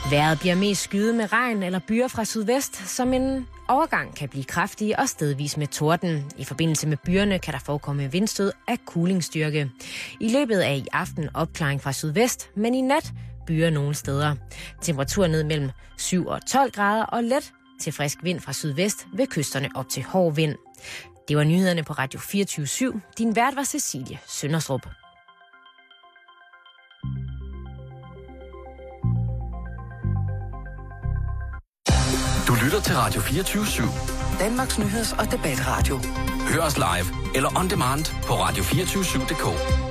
Vejret bliver mest skyet med regn eller byer fra sydvest, som en overgang kan blive kraftig og stedvis med torden. I forbindelse med byerne kan der forekomme vindstød af kulingsstyrke. I løbet af i aften opklaring fra sydvest, men i nat byer nogle steder. Temperaturen ned mellem 7 og 12 grader og let til frisk vind fra sydvest ved kysterne op til hård vind. Det var nyhederne på Radio 24/7. Din vært var Cecilie Sønderstrup. Du lytter til Radio 24/7. Danmarks nyheds- og debatradio. Hør os live eller on demand på radio247.dk.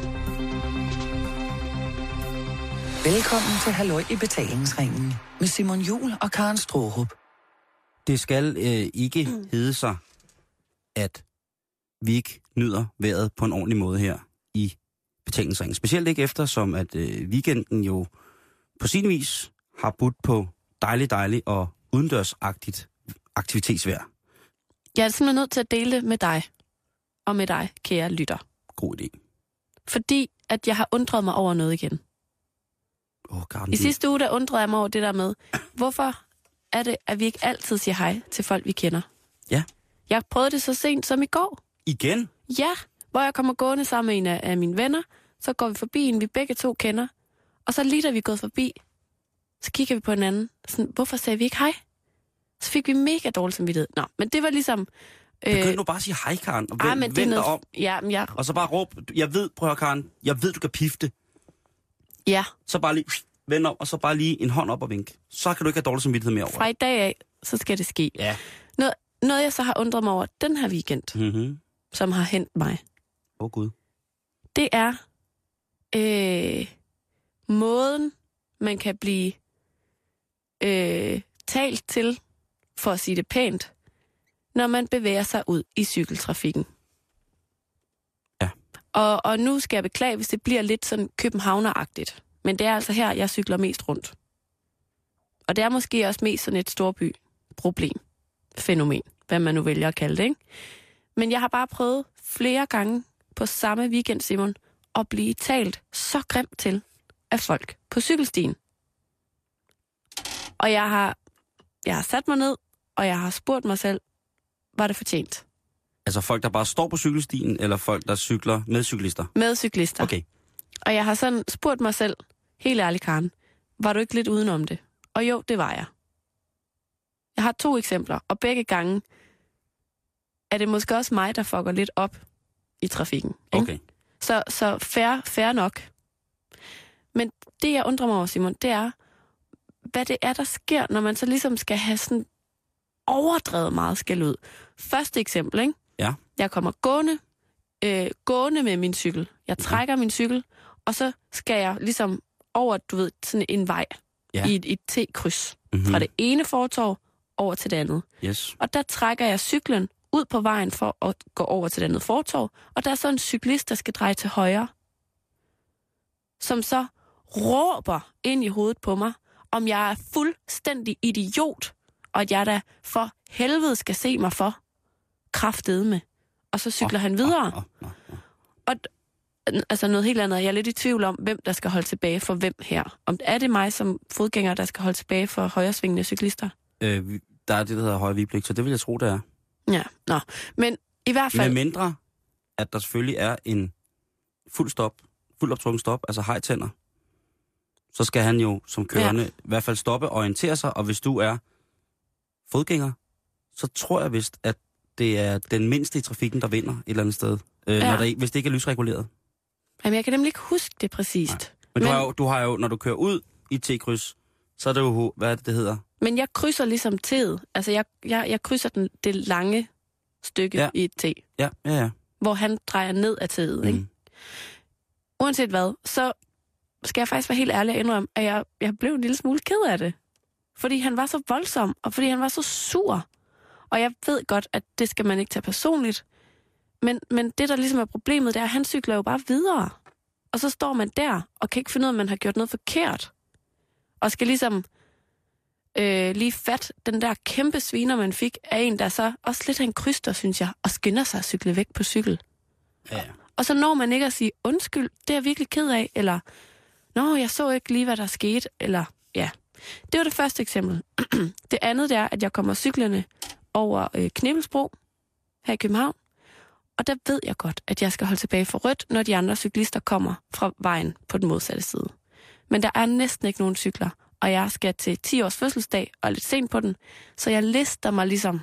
Velkommen til Halløj i betalingsringen med Simon Juhl og Karen Straarup. Det skal ikke hedde sig, at vi ikke nyder vejret på en ordentlig måde her i betalingsringen. Specielt ikke efter, som at weekenden jo på sin vis har budt på dejligt og udendørsagtigt aktivitetsvejr. Jeg er simpelthen nødt til at dele det med dig, og med dig, kære lytter. God idé. Fordi, at jeg har undret mig over noget igen. I sidste uge, der undrede jeg mig over det der med, hvorfor er det, at vi ikke altid siger hej til folk, vi kender? Ja. Jeg prøvede det så sent som i går. Igen? Ja, hvor jeg kommer gående sammen med en af mine venner, så går vi forbi en, vi begge to kender, og så lige da vi er gået forbi, så kigger vi på hinanden, sådan, hvorfor sagde vi ikke hej? Så fik vi mega dårligt samvittighed. Nå, men det var ligesom... Begynd nu bare at sige hej, Karen, og vend dig om. Ja, men jeg... Og så bare råb, prøv at Karen, jeg ved, du kan pifte. Ja. Så bare lige vend om, og så bare lige en hånd op og vink. Så kan du ikke have dårlig samvittighed mere over. Fra i dag af, så skal det ske. Ja. Noget jeg så har undret mig over den her weekend, som har hændt mig. Gud. Det er måden, man kan blive talt til, for at sige det pænt, når man bevæger sig ud i cykeltrafikken. Ja. Og nu skal jeg beklage, hvis det bliver lidt sådan københavneragtigt. Men det er altså her, jeg cykler mest rundt. Og det er måske også mest sådan et storby-problem, fænomen, hvad man nu vælger at kalde det, ikke? Men jeg har bare prøvet flere gange på samme weekend, Simon, at blive talt så grimt til af folk på cykelstien. Og jeg har sat mig ned, og jeg har spurgt mig selv, var det fortjent? Altså folk, der bare står på cykelstien, eller folk, der cykler med cyklister? Med cyklister. Okay. Og jeg har sådan spurgt mig selv, helt ærligt, Karen, var du ikke lidt udenom det? Og jo, det var jeg. Jeg har 2 eksempler, og begge gange er det måske også mig, der fucker lidt op i trafikken. Ikke? Okay. Så fair nok. Men det, jeg undrer mig over, Simon, det er, hvad det er, der sker, når man så ligesom skal have sådan overdrevet meget skæld ud. Første eksempel, ikke? Ja. Jeg kommer gående med min cykel. Jeg trækker min cykel, og så skal jeg ligesom over, du ved, sådan en vej i et T-kryds. Fra det ene fortov over til det andet. Yes. Og der trækker jeg cyklen ud på vejen for at gå over til det andet fortov, og der er så en cyklist, der skal dreje til højre, som så råber ind i hovedet på mig, om jeg er fuldstændig idiot, og at jeg da for helvede skal se mig for kraftedme. Og så cykler han videre. Og altså noget helt andet. Jeg er lidt i tvivl om, hvem der skal holde tilbage for hvem her. Om er det mig som fodgænger, der skal holde tilbage for højresvingende cyklister? Der er det, der hedder højre vigepligt, så det vil jeg tro, det er. Ja, nå. Men i hvert fald... Med mindre, at der selvfølgelig er en fuld optrukken stop, altså hejtænder, så skal han jo som kørende i hvert fald stoppe og orientere sig, og hvis du er fodgænger, så tror jeg vist, at det er den mindste i trafikken, der vinder et eller andet sted, hvis det ikke er lysreguleret. Jamen, jeg kan nemlig ikke huske det præcist. Men du har jo, når du kører ud i T-kryds, så er det jo, hvad det hedder? Men jeg krydser ligesom T'et. Altså, jeg krydser det lange stykke i et T. Ja. Hvor han drejer ned af T'et, ikke? Uanset hvad, så skal jeg faktisk være helt ærlig og indrømme, at jeg blev en lille smule ked af det. Fordi han var så voldsom, og fordi han var så sur. Og jeg ved godt, at det skal man ikke tage personligt. Men det, der ligesom er problemet, det er, at han cykler jo bare videre. Og så står man der, og kan ikke finde ud af, at man har gjort noget forkert. Og skal ligesom lige fat den der kæmpe sviner, man fik, af en, der så også lidt af en kryster, synes jeg, og skynder sig at cykle væk på cykel. Ja. Og så når man ikke at sige, undskyld, det er jeg virkelig ked af, eller, nå, jeg så ikke lige, hvad der skete, eller, ja. Det var det første eksempel. Det andet det er, at jeg kommer cyklerne over Knebelsbro her i København. Og der ved jeg godt, at jeg skal holde tilbage for rødt, når de andre cyklister kommer fra vejen på den modsatte side. Men der er næsten ikke nogen cykler, og jeg skal til 10 års fødselsdag og er lidt sent på den, så jeg lister mig ligesom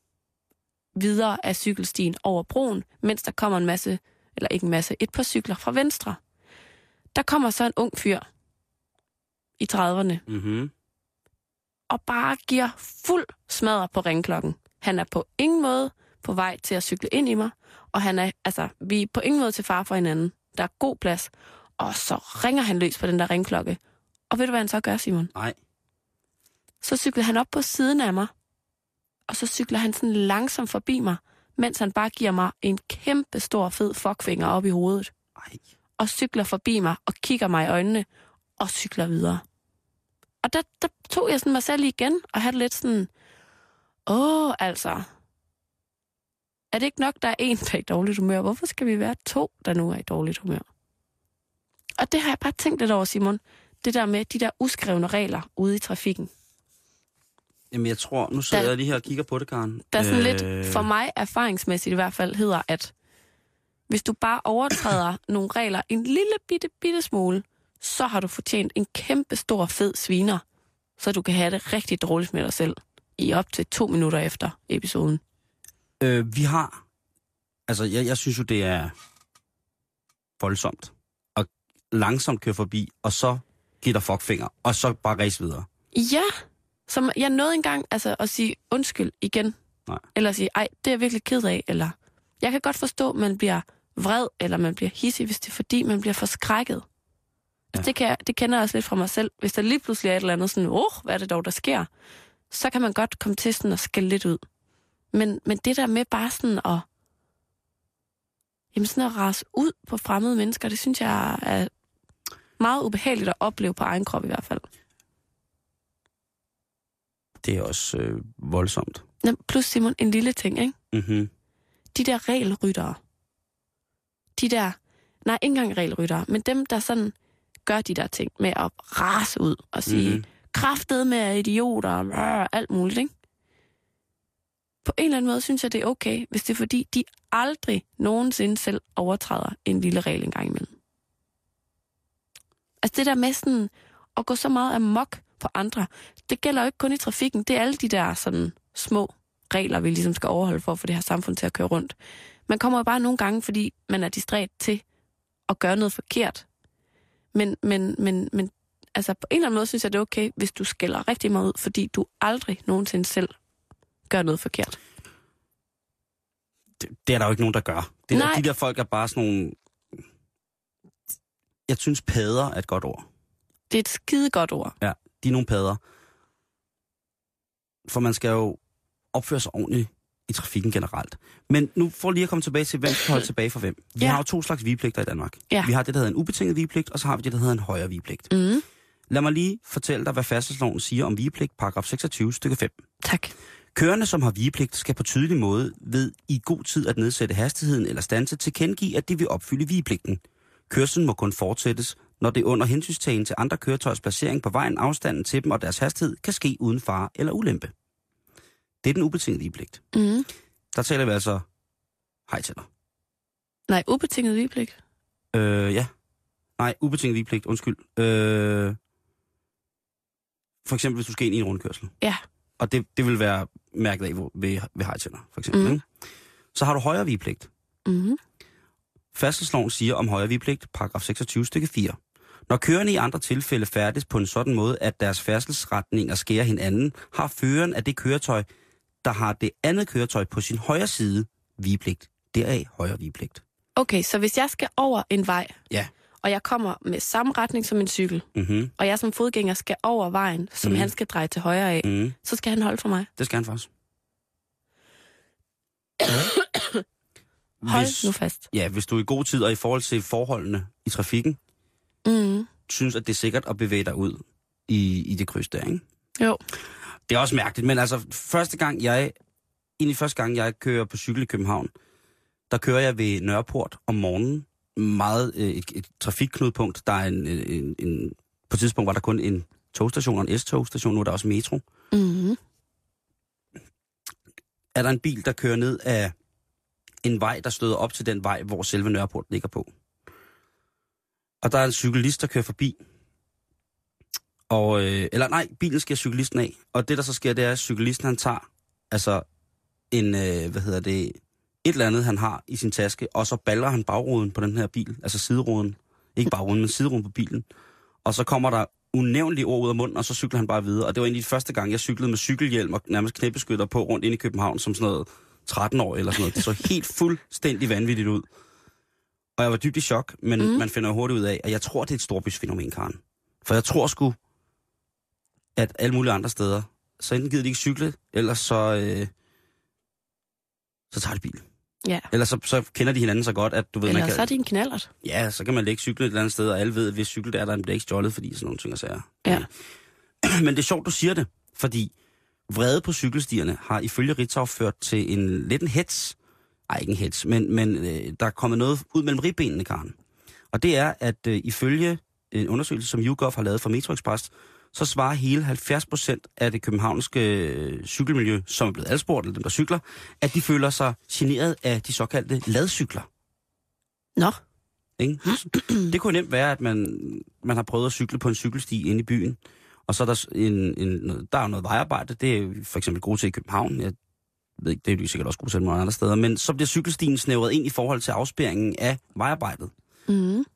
videre af cykelstien over broen, mens der kommer en masse, eller ikke en masse, et par cykler fra venstre. Der kommer så en ung fyr i 30'erne, og bare giver fuld smadre på ringklokken. Han er på ingen måde på vej til at cykle ind i mig, og vi er på ingen måde til fare for hinanden. Der er god plads, og så ringer han løs på den der ringklokke. Og ved du, hvad han så gør, Simon? Nej. Så cykler han op på siden af mig, og så cykler han sådan langsomt forbi mig, mens han bare giver mig en kæmpe stor fed fuckfinger op i hovedet. Ej. Og cykler forbi mig og kigger mig i øjnene og cykler videre. Og der tog jeg sådan mig selv igen og havde lidt sådan, altså, er det ikke nok, der er en, der er i dårligt humør? Hvorfor skal vi være 2, der nu er i dårligt humør? Og det har jeg bare tænkt lidt over, Simon. Det der med de der uskrevne regler ude i trafikken. Jamen jeg tror, nu sidder jeg lige her og kigger på det, Karen. Der er sådan lidt, for mig erfaringsmæssigt i hvert fald, hedder, at hvis du bare overtræder nogle regler en lille bitte smule, så har du fortjent en kæmpe stor fed sviner, så du kan have det rigtig dårligt med dig selv i op til 2 minutter efter episoden. Vi har, altså jeg synes jo, det er voldsomt at langsomt køre forbi, og så give dig fuckfinger, og så bare race videre. Ja, som jeg nåede engang at sige undskyld igen. Nej. Eller sige, ej, det er jeg virkelig ked af, eller jeg kan godt forstå, at man bliver vred, eller man bliver hidsig, hvis det er fordi, man bliver forskrækket. Ja. Altså, det kender jeg også lidt fra mig selv. Hvis der lige pludselig er et eller andet sådan, hvad er det dog, der sker? Så kan man godt komme til sådan at skælde lidt ud. Men det der med bare sådan at rase ud på fremmede mennesker, det synes jeg er meget ubehageligt at opleve på egen krop i hvert fald. Det er også voldsomt. Plus, Simon, en lille ting, ikke? Mm-hmm. De der regelryttere. Ikke engang regelryttere, men dem, der sådan gør de der ting med at rase ud og sige, kraftedeme med idioter og alt muligt, ikke? På en eller anden måde synes jeg, det er okay, hvis det er fordi, de aldrig nogensinde selv overtræder en lille regel en gang imellem. Altså det der med sådan at gå så meget amok på andre, det gælder jo ikke kun i trafikken. Det er alle de der sådan små regler, vi ligesom skal overholde for at få det her samfund til at køre rundt. Man kommer jo bare nogle gange, fordi man er distræt til at gøre noget forkert. Men altså på en eller anden måde synes jeg, det er okay, hvis du skælder rigtig meget ud, fordi du aldrig nogensinde selv gør noget forkert. Det er der jo ikke nogen, der gør. De der folk er bare sådan nogle... Jeg synes, padder er et godt ord. Det er et skide godt ord. Ja, de er nogle padder. For man skal jo opføre sig ordentligt i trafikken generelt. Men nu for lige at komme tilbage til, hvem skal holde tilbage for hvem. Vi har jo 2 slags vigepligter i Danmark. Ja. Vi har det, der hedder en ubetinget vigepligt, og så har vi det, der hedder en højere vigepligt. Mm. Lad mig lige fortælle dig, hvad færdselsloven siger om vigepligt, paragraf 26, stykke 5. Tak. Kørende, som har vigepligt, skal på tydelig måde ved i god tid at nedsætte hastigheden eller standse tilkendegive, at de vil opfylde vigepligten. Kørslen må kun fortsættes, når det under hensynstagen til andre køretøjers placering på vejen, afstanden til dem og deres hastighed kan ske uden fare eller ulempe. Det er den ubetingede vigepligt. Mm. Der taler vi altså hejtæller. Nej, ubetinget vigepligt? Ja. Nej, ubetinget vigepligt, undskyld. For eksempel, hvis du skal ind i en rundkørsel. Ja. Og det vil være mærket af ved hejtæller, for eksempel. Mm. Så har du højere vigepligt. Mm. Færdselsloven siger om højere vigepligt, paragraf 26, stykke 4. Når kørende i andre tilfælde færdes på en sådan måde, at deres færdselsretninger skærer hinanden, har føreren af det køretøj, der har det andet køretøj på sin højre side, vigepligt. Deraf højere vigepligt. Okay, så hvis jeg skal over en vej, ja, og jeg kommer med samme retning som en cykel, og jeg som fodgænger skal over vejen, som han skal dreje til højre af, så skal han holde for mig. Det skal han faktisk. Hold nu fast. Ja, hvis du i god tid og i forhold til forholdene i trafikken, synes, at det er sikkert at bevæge dig ud i det kryds der, ikke? Jo. Det er også mærkeligt, men altså første gang jeg kører på cykel i København, der kører jeg ved Nørreport om morgenen. Meget et trafikknudpunkt. Der er på et tidspunkt var der kun en togstation og en S-togstation, nu er der også metro. Mm-hmm. Er der en bil, der kører ned af en vej, der støder op til den vej, hvor selve Nørreport ligger på. Og der er en cyklist, der kører forbi. Og, bilen skal cyklisten af. Og det, der så sker, det er, at cyklisten, han tager altså en, et eller andet, han har i sin taske, og så baller han bagruden på den her bil, altså sideruden. Ikke bagruden, men sideruden på bilen. Og så kommer der unævnlige ord ud af munden, og så cykler han bare videre. Og det var egentlig første gang, jeg cyklede med cykelhjelm og nærmest knæbeskytter på rundt ind i København, som sådan noget 13 år eller sådan noget. Det så helt fuldstændig vanvittigt ud. Og jeg var dybt i chok, men man finder hurtigt ud af, at jeg tror, det er et storbysfænomen, Karen. For jeg tror sgu, at alle mulige andre steder, så enten gider de ikke cykle, eller så tager de bil. Ja. Eller så kender de hinanden så godt, at du ved, eller man kan... så er de en knallert. Ja, så kan man lægge cykle et eller andet sted, og alle ved, at hvis cykel der bliver ikke stjålet, fordi sådan nogle ting og sager. Ja. Men det er sjovt, du siger det, fordi vrede på cykelstierne har ifølge Ritzau ført til en hets. Ej, ikke en hets, men der er kommet noget ud mellem ribbenene, Karen. Og det er, at ifølge en undersøgelse, som YouGov har lavet for Metro Express, så svarer hele 70% af det københavnske cykelmiljø, som er blevet adspurgt, eller dem, der cykler, at de føler sig generet af de såkaldte ladcykler. Nå. Ikke? Det kunne nemt være, at man har prøvet at cykle på en cykelsti inde i byen, og så er der der er noget vejarbejde, det er for eksempel gode til i København, jeg ved ikke, det er jo sikkert også gode til mange andre steder, men så bliver cykelstien snævret ind i forhold til afspærringen af vejarbejdet. Mm.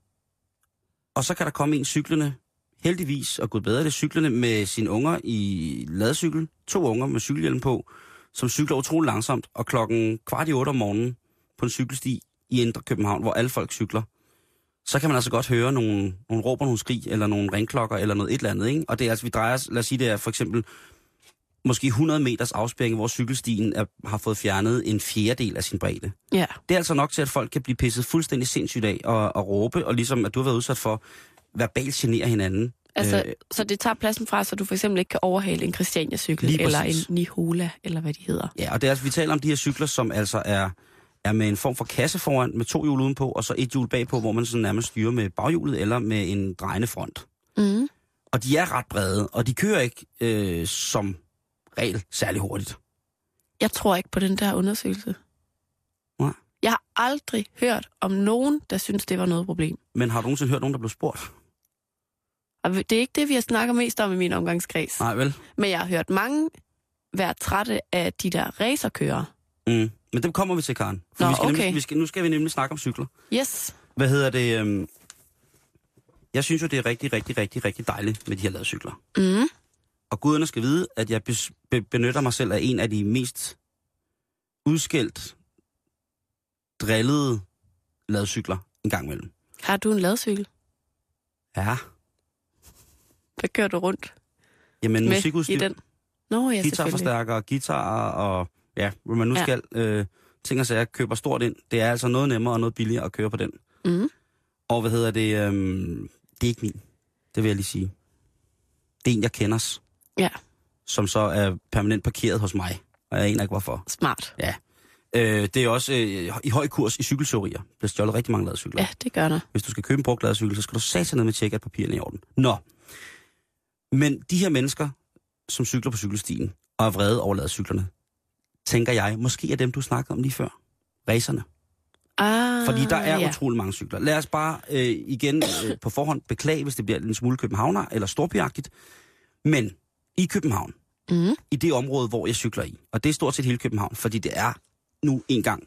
Og så kan der komme en cyklende, heldigvis, og gået bedre det, cyklende med sine unger i ladcykel, 2 unger med cykelhjelm på, som cykler utrolig langsomt, og 7:15 om morgenen på en cykelsti i Indre København, hvor alle folk cykler. Så kan man altså godt høre nogle råber, nogle skrig, eller nogle ringklokker, eller noget et eller andet, ikke? Og det er altså, vi drejer, lad os sige, det er for eksempel måske 100 meters afspæring, hvor cykelstien har fået fjernet en fjerdedel af sin bredde. Ja. Det er altså nok til, at folk kan blive pisset fuldstændig sindssygt af og råbe, og ligesom at du har været udsat for verbalt genere hinanden. Altså, så det tager pladsen fra, så du for eksempel ikke kan overhale en Christiania-cykel, eller en Nihola, eller hvad de hedder. Ja, og det er altså, vi taler om de her cykler, som altså er med en form for kasse foran, med 2 hjul udenpå, og så 1 hjul bagpå, hvor man sådan nærmest styrer med baghjulet, eller med en drejende front. Mm. Og de er ret brede, og de kører ikke som regel særlig hurtigt. Jeg tror ikke på den der undersøgelse. Nej. Jeg har aldrig hørt om nogen, der synes, det var noget problem. Men har du nogensinde hørt nogen, der blev spurgt? Og det er ikke det, vi har snakket mest om i min omgangskreds. Nej, vel? Men jeg har hørt mange være trætte af de der racerkører. Mm. Men dem kommer vi til, Karen. For nu skal vi nemlig snakke om cykler. Yes. Hvad hedder det? Jeg synes jo, det er rigtig, rigtig, rigtig, rigtig dejligt med de her ladcykler. Mm. Og guderne skal vide, at jeg benytter mig selv af en af de mest udskældt, drillede ladcykler en gang imellem. Har du en ladcykel? Ja. Hvad kører du rundt? Jamen, med musikudstyr. I den? Nå, ja, guitarforstærkere, guitarer og ja, hvor man nu skal ting og sager køber stort ind. Det er altså noget nemmere og noget billigere at køre på den. Mm. Og hvad hedder det? Det er ikke min. Det vil jeg lige sige. Det er en, jeg kender. Ja. Som så er permanent parkeret hos mig. Og jeg aner ikke, hvorfor. Smart. Ja. Det er også i høj kurs i cykelteorier. Der bliver stjålet rigtig mange ladcykler. Ja, det gør der. Hvis du skal købe en brugt ladcykel, så skal du satse ned med at tjekke, at papirerne er i orden. Nå. Men de her mennesker, som cykler på cykelstien og er vrede over ladcyklerne, tænker jeg, måske er dem, du snakkede om lige før. Racerne. Fordi der er utrolig mange cykler. Lad os bare igen på forhånd beklage, hvis det bliver en smule københavner eller storbyagtigt. Men i København, i det område, hvor jeg cykler i, og det er stort set hele København, fordi det er nu engang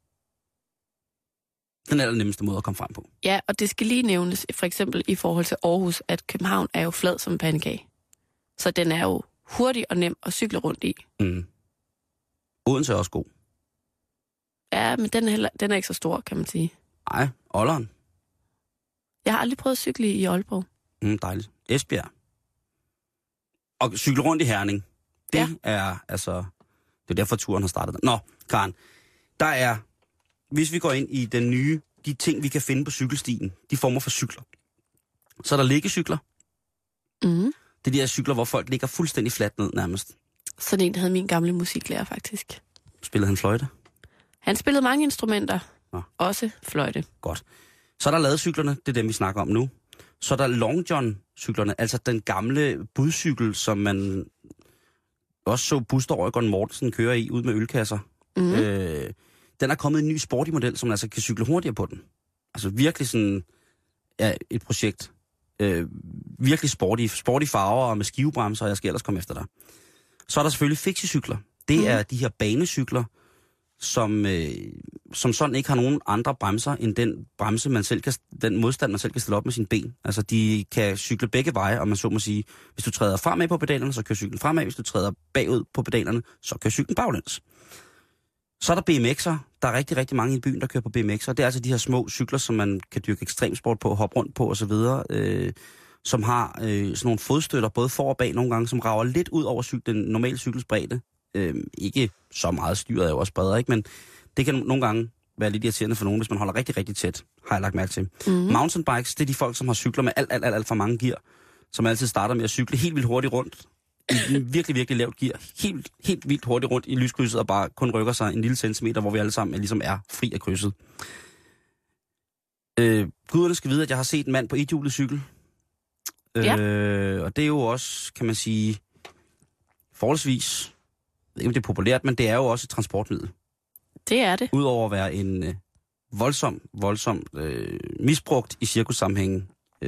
den allernemmeste måde at komme frem på. Ja, og det skal lige nævnes, for eksempel i forhold til Aarhus, at København er jo flad som en pandekage. Så den er jo hurtig og nem at cykle rundt i. Mm. Odense er også god. Ja, men den er ikke så stor, kan man sige. Nej, Olderen. Jeg har aldrig prøvet at cykle i Aalborg. Dejligt. Esbjerg. Og cykle rundt i Herning. Det er altså... Det er derfor, turen har startet. Nå, Karen. Der er... Hvis vi går ind i den nye... De ting, vi kan finde på cykelstien. De former for cykler. Så er der liggecykler. Mm. Det er de her cykler, hvor folk ligger fuldstændig fladt ned nærmest. Sådan en havde min gamle musiklærer faktisk. Spillede han fløjte? Han spillede mange instrumenter. Nå. Også fløjte. Godt. Så er der ladecyklerne. Det er dem, vi snakker om nu. Så er der Long John-cyklerne, altså den gamle budcykel, som man også så Buster Øjgaard Mortensen køre i, ud med ølkasser. Den er kommet en ny sporty model, som man altså kan cykle hurtigere på den. Altså virkelig sådan et projekt. Virkelig sporty farver og med skivebremser, og jeg skal ellers komme efter dig. Så er der selvfølgelig fixie-cykler. Det er de her banecykler, som sådan ikke har nogen andre bremser end den bremse, den modstand, man selv kan stille op med sine ben. Altså, de kan cykle begge veje, og man så må sige, hvis du træder fremad på pedalerne, så kører cyklen fremad. Hvis du træder bagud på pedalerne, så kører cyklen baglæns. Så er der BMX'er. Der er rigtig, rigtig mange i byen, der kører på BMX'er. Det er altså de her små cykler, som man kan dyrke ekstremsport på, hoppe rundt på osv., som har sådan nogle fodstøtter, både for og bag nogle gange, som rager lidt ud over den normale cykels bredde. Ikke så meget, styret er jo også bredere, ikke? Men det kan nogle gange være lidt irriterende for nogen, hvis man holder rigtig, rigtig tæt, har jeg lagt mærke til. Mountainbikes, det er de folk, som har cykler med alt for mange gear, som altid starter med at cykle helt vildt hurtigt rundt, i en virkelig, virkelig lavt gear, helt vildt hurtigt rundt i lyskrydset, og bare kun rykker sig en lille centimeter, hvor vi alle sammen ligesom er fri af krydset. Guderne skal vide, at jeg har set en mand på ethjulet cykel. Ja. Og det er jo også, kan man sige, forholdsvis, jeg ved ikke om det er populært, men det er jo også et transportmiddel. Det er det. Udover at være en voldsom misbrugt i cirkussammenhængen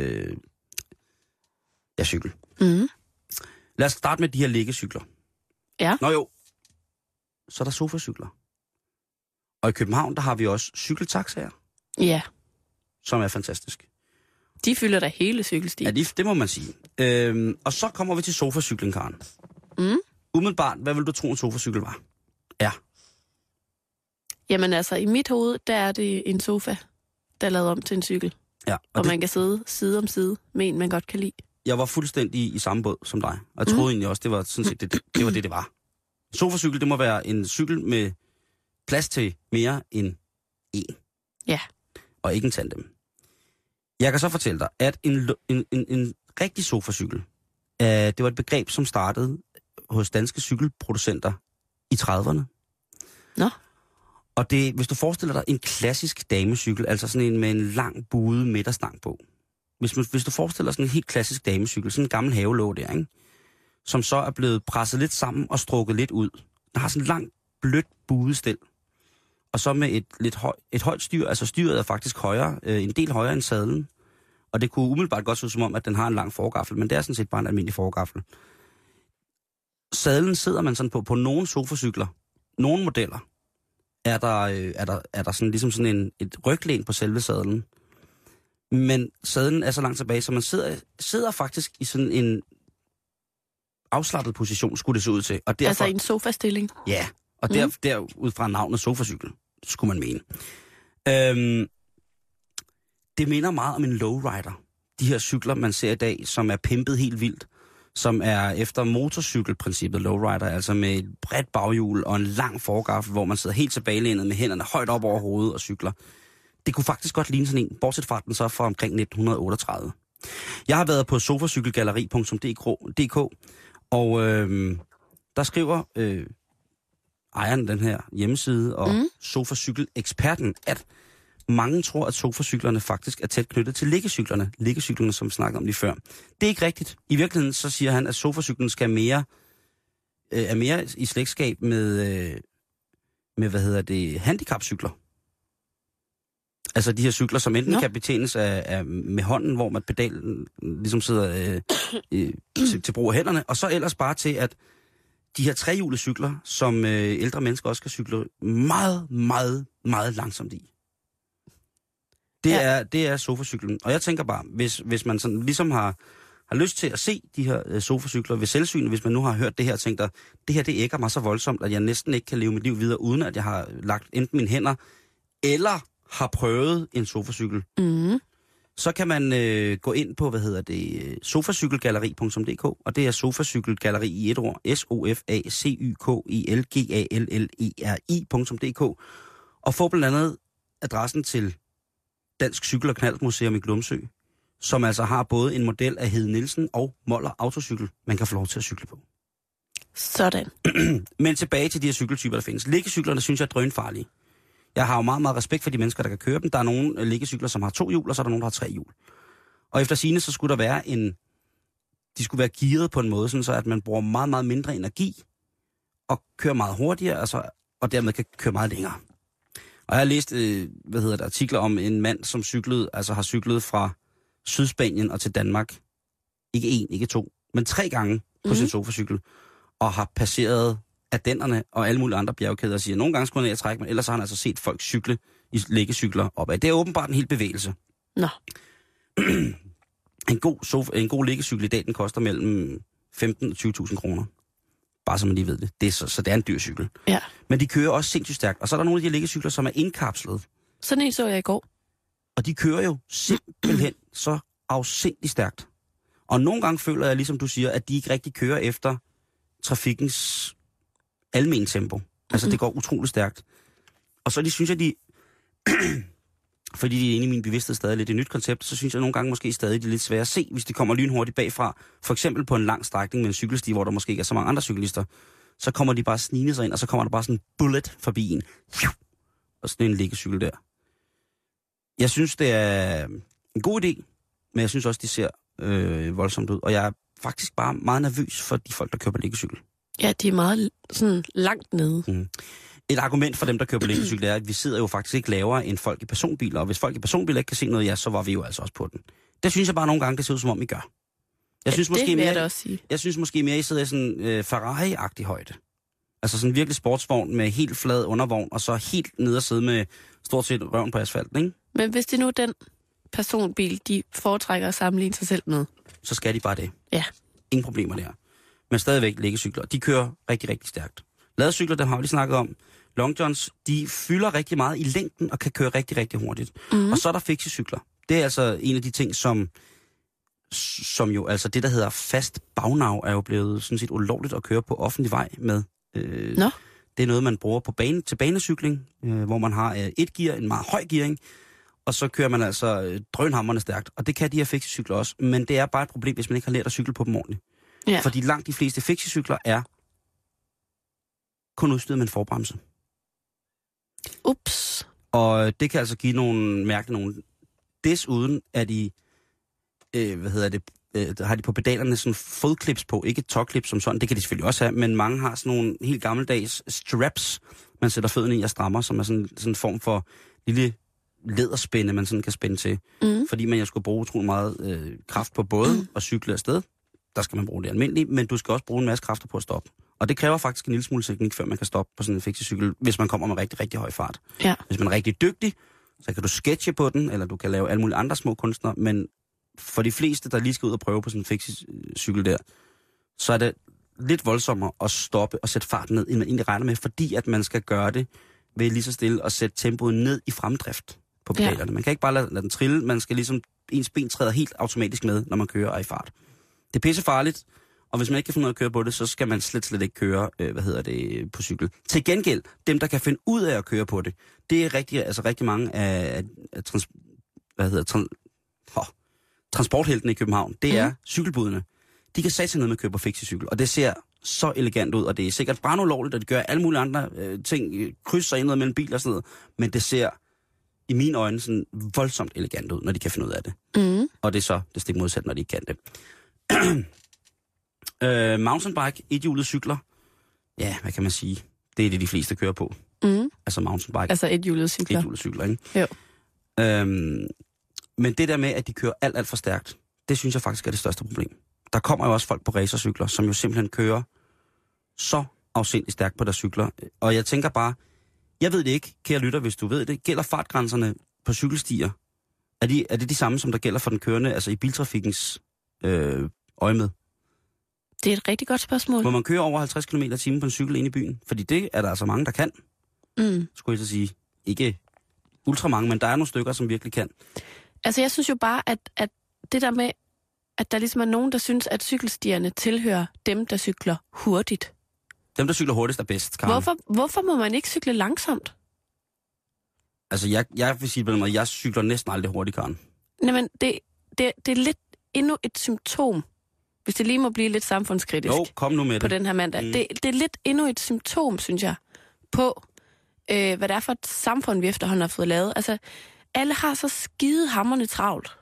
cykel. Lad os starte med de her liggecykler. Ja. Nå jo, så er der sofacykler. Og i København, der har vi også cykeltaxaer. Ja. Som er fantastisk. De fylder da hele cykelstien. Ja, det må man sige. Og så kommer vi til sofacyklen, Karen. Umiddelbart, hvad vil du tro, en sofacykel var? Ja. Jamen altså, i mit hoved, der er det en sofa, der er lavet om til en cykel. Ja. Og man kan sidde side om side med en, man godt kan lide. Jeg var fuldstændig i samme båd som dig. Og jeg troede egentlig også, det var sådan set det var det var. Sofacykel, det må være en cykel med plads til mere end en. Ja. Og ikke en tandem. Jeg kan så fortælle dig, at en rigtig sofacykel, det var et begreb, som startede hos danske cykelproducenter i 30'erne. Nå. Og det, hvis du forestiller dig en klassisk damecykel, altså sådan en med en lang buet midterstang på. Hvis du forestiller dig sådan en helt klassisk damecykel, sådan en gammel havelåg der, ikke? Som så er blevet presset lidt sammen og strukket lidt ud. Den har sådan en lang, blødt buestel. Og så med et højt styr, altså styret er faktisk højere, en del højere end sadlen. Og det kunne umiddelbart godt se ud som om, at den har en lang forgaffel, men det er sådan set bare en almindelig forgaffel. Sadlen sidder man sådan på nogle sofacykler, nogle modeller, er der sådan ligesom sådan et ryglæn på selve sadlen. Men sadlen er så langt tilbage, så man sidder faktisk i sådan en afslappet position, skulle det se ud til. Og derfor, altså i en sofastilling? Ja, og der ud fra navnet sofacykel, skulle man mene. Det minder meget om en lowrider. De her cykler, man ser i dag, som er pimpet helt vildt, som er efter motorcykelprincippet lowrider, altså med et bredt baghjul og en lang forgaffel, hvor man sidder helt tilbagelænet med hænderne højt op over hovedet og cykler. Det kunne faktisk godt ligne sådan en, bortset fra den så fra omkring 1938. Jeg har været på sofacykelgalleri.dk, og der skriver ejeren den her hjemmeside og sofacykel-eksperten, at mange tror, at sofacyklerne faktisk er tæt knyttet til liggecyklerne. Liggecyklerne, som vi snakkede om lige før. Det er ikke rigtigt. I virkeligheden så siger han, at sofacyklen skal er mere i slægtskab med handicapcykler. Altså de her cykler, som enten kan betjenes med hånden, hvor man pedalen ligesom sidder til brug af hænderne, og så ellers bare til, at de her trehjulede cykler, som ældre mennesker også kan cykle meget, meget, meget langsomt i. Det er sofacyklen. Og jeg tænker bare, hvis man sådan ligesom har lyst til at se de her sofacykler ved selvsyn, hvis man nu har hørt det her og tænker, det her det ægger mig så voldsomt, at jeg næsten ikke kan leve mit liv videre, uden at jeg har lagt enten mine hænder, eller har prøvet en sofacykel, så kan man gå ind på, sofacykelgalleri.dk, og det er sofacykelgalleri i et ord, sofacykelgalleri.dk, og få blandt andet adressen til Dansk Cykel- og Knallertmuseum i Glumsø, som altså har både en model af Hede Nielsen og Moller Autocykel, man kan få lov til at cykle på. Sådan. Men tilbage til de her cykeltyper, der findes. Liggecyklerne synes jeg er drønfarlige. Jeg har jo meget, meget respekt for de mennesker, der kan køre dem. Der er nogle liggecykler, som har 2 hjul, og så er der nogle, der har 3 hjul. Og efter sigende, så skulle der være de skulle være gearet på en måde, sådan så at man bruger meget, meget mindre energi og kører meget hurtigere, altså, og dermed kan køre meget længere. Og jeg har læst, artikler om en mand, som har cyklet fra Sydspanien og til Danmark. Ikke 1, ikke 2, men 3 gange på sin sofacykel, og har passeret Ardennerne og alle mulige andre bjergkæder, og siger, nogle gange skulle han ned og trække, men ellers har han altså set folk cykle i liggecykler opad. Det er åbenbart en hel bevægelse. Nå. En god liggecykel i dag, den koster mellem 15 og 20.000 kroner. Bare så man lige ved det. Så det er en dyr cykel. Ja. Men de kører også sindssygt stærkt. Og så er der nogle af de liggecykler, som er indkapslet. Sådan en så jeg i går. Og de kører jo simpelthen så afsindigt stærkt. Og nogle gange føler jeg, ligesom du siger, at de ikke rigtig kører efter trafikkens almen tempo. Altså, det går utroligt stærkt. Og så synes jeg, fordi de er inde i min bevidsthed stadig lidt et nyt koncept, så synes jeg nogle gange måske stadig, det er lidt svært at se, hvis de kommer lynhurtigt bagfra. For eksempel på en lang strækning med en cykelsti, hvor der måske ikke er så mange andre cyklister. Så kommer de bare snigende sig ind, og så kommer der bare sådan en bullet forbi en. Og sådan en liggecykel der. Jeg synes, det er en god idé, men jeg synes også, de ser voldsomt ud. Og jeg er faktisk bare meget nervøs for de folk, der kører på liggecykel. Ja, de er meget sådan langt nede. Et argument for dem, der kører på liggecykel, er, at vi sidder jo faktisk ikke lavere end folk i personbiler. Og hvis folk i personbiler ikke kan se noget, ja, så var vi jo altså også på den. Det synes jeg bare nogle gange, det ser ud som om, I gør. Jeg synes måske det vil mere, jeg da også sige. Jeg synes måske mere, I sidder i sådan Ferrari-agtig højde. Altså sådan en virkelig sportsvogn med helt flad undervogn, og så helt nede og sidde med stort set røven på asfalten, ikke? Men hvis det nu er den personbil, de foretrækker at sammenligne sig selv med, så skal de bare det. Ja. Ingen problemer der. Men stadigvæk liggecykler. De kører rigtig, rigtig stærkt. Ladecykler, dem har vi lige snakket om. Long Johns, de fylder rigtig meget i længden og kan køre rigtig, rigtig hurtigt. Og så er der fiksecykler. Det er altså en af de ting, som jo, altså det, der hedder fast bagnav, er jo blevet sådan set ulovligt at køre på offentlig vej med. Nå. Det er noget, man bruger på til banecykling, hvor man har et gear, en meget høj gearing, og så kører man altså drønhamrende stærkt. Og det kan de her fiksecykler også, men det er bare et problem, hvis man ikke har lært at cykle på dem ordentligt. Ja. Fordi langt de fleste fiksecykler er kun udstyret med en forbremse. Ups. Og det kan altså give nogle mærkelige nogle. Desuden er de, har de på pedalerne sådan fodklips på, ikke tåklips som sådan, det kan de selvfølgelig også have, men mange har sådan nogle helt gammeldags straps, man sætter fødderne i og strammer, som er sådan en form for lille læderspænde, man sådan kan spænde til. Fordi man jo skulle bruge utrolig meget kraft på både at cykle afsted, der skal man bruge det almindeligt, men du skal også bruge en masse kræfter på at stoppe. Og det kræver faktisk en lille smule teknik, før man kan stoppe på sådan en fiksecykel, hvis man kommer med rigtig, rigtig høj fart. Ja. Hvis man er rigtig dygtig, så kan du sketche på den, eller du kan lave alle mulige andre små kunstner, men for de fleste, der lige skal ud og prøve på sådan en fiksecykel der, så er det lidt voldsommere at stoppe og sætte farten ned, end man egentlig regner med, fordi at man skal gøre det ved lige så stille at sætte tempoet ned i fremdrift på pedalerne. Man kan ikke bare lade den trille, man skal ligesom, ens ben træder helt automatisk med, når man kører og er i fart. Det er pissefarligt, og hvis man ikke kan finde ud af at køre på det, så skal man slet ikke køre, på cykel. Til gengæld, dem der kan finde ud af at køre på det, det er rigtig mange af transportheltene i København, det er cykelbudene. De kan sætte sig ned med at køre på fiksecykel, og det ser så elegant ud, og det er sikkert brandlovligt, og de gør alle mulige andre ting, krydser ind mellem biler og sådan noget, men det ser i mine øjne sådan voldsomt elegant ud, når de kan finde ud af det. Og det er så det stik modsat, når de ikke kan det. Mountainbike, ethjulede cykler. Ja, hvad kan man sige? Det er det, de fleste kører på. Altså mountainbike. Altså ethjulede cykler. Ethjulede cykler, ikke? Jo. Men det der med, at de kører alt for stærkt, det synes jeg faktisk er det største problem. Der kommer jo også folk på racercykler, som jo simpelthen kører så afsindigt stærkt på deres cykler. Og jeg tænker bare, jeg ved det ikke, kære lytter, hvis du ved det, gælder fartgrænserne på cykelstier? Er det de samme, som der gælder for den kørende, altså i biltrafikkens øjemed? Det er et rigtig godt spørgsmål. Må man køre over 50 km/t på en cykel ind i byen? Fordi det er der altså mange, der kan. Skulle jeg så sige. Ikke ultra mange, men der er nogle stykker, som virkelig kan. Altså jeg synes jo bare, at det der med, at der ligesom er nogen, der synes, at cykelstierne tilhører dem, der cykler hurtigt. Dem, der cykler hurtigst, er bedst, Karen. Hvorfor må man ikke cykle langsomt? Altså jeg vil sige på den måde, jeg cykler næsten aldrig hurtigt, Karen. Jamen, det er lidt endnu et symptom, hvis det lige må blive lidt samfundskritisk. Jo, kom nu med det. På den her mandag. Det er lidt endnu et symptom, synes jeg, på, hvad det er for et samfund, vi efterhånden har fået lavet. Altså, alle har så skidehamrende travlt.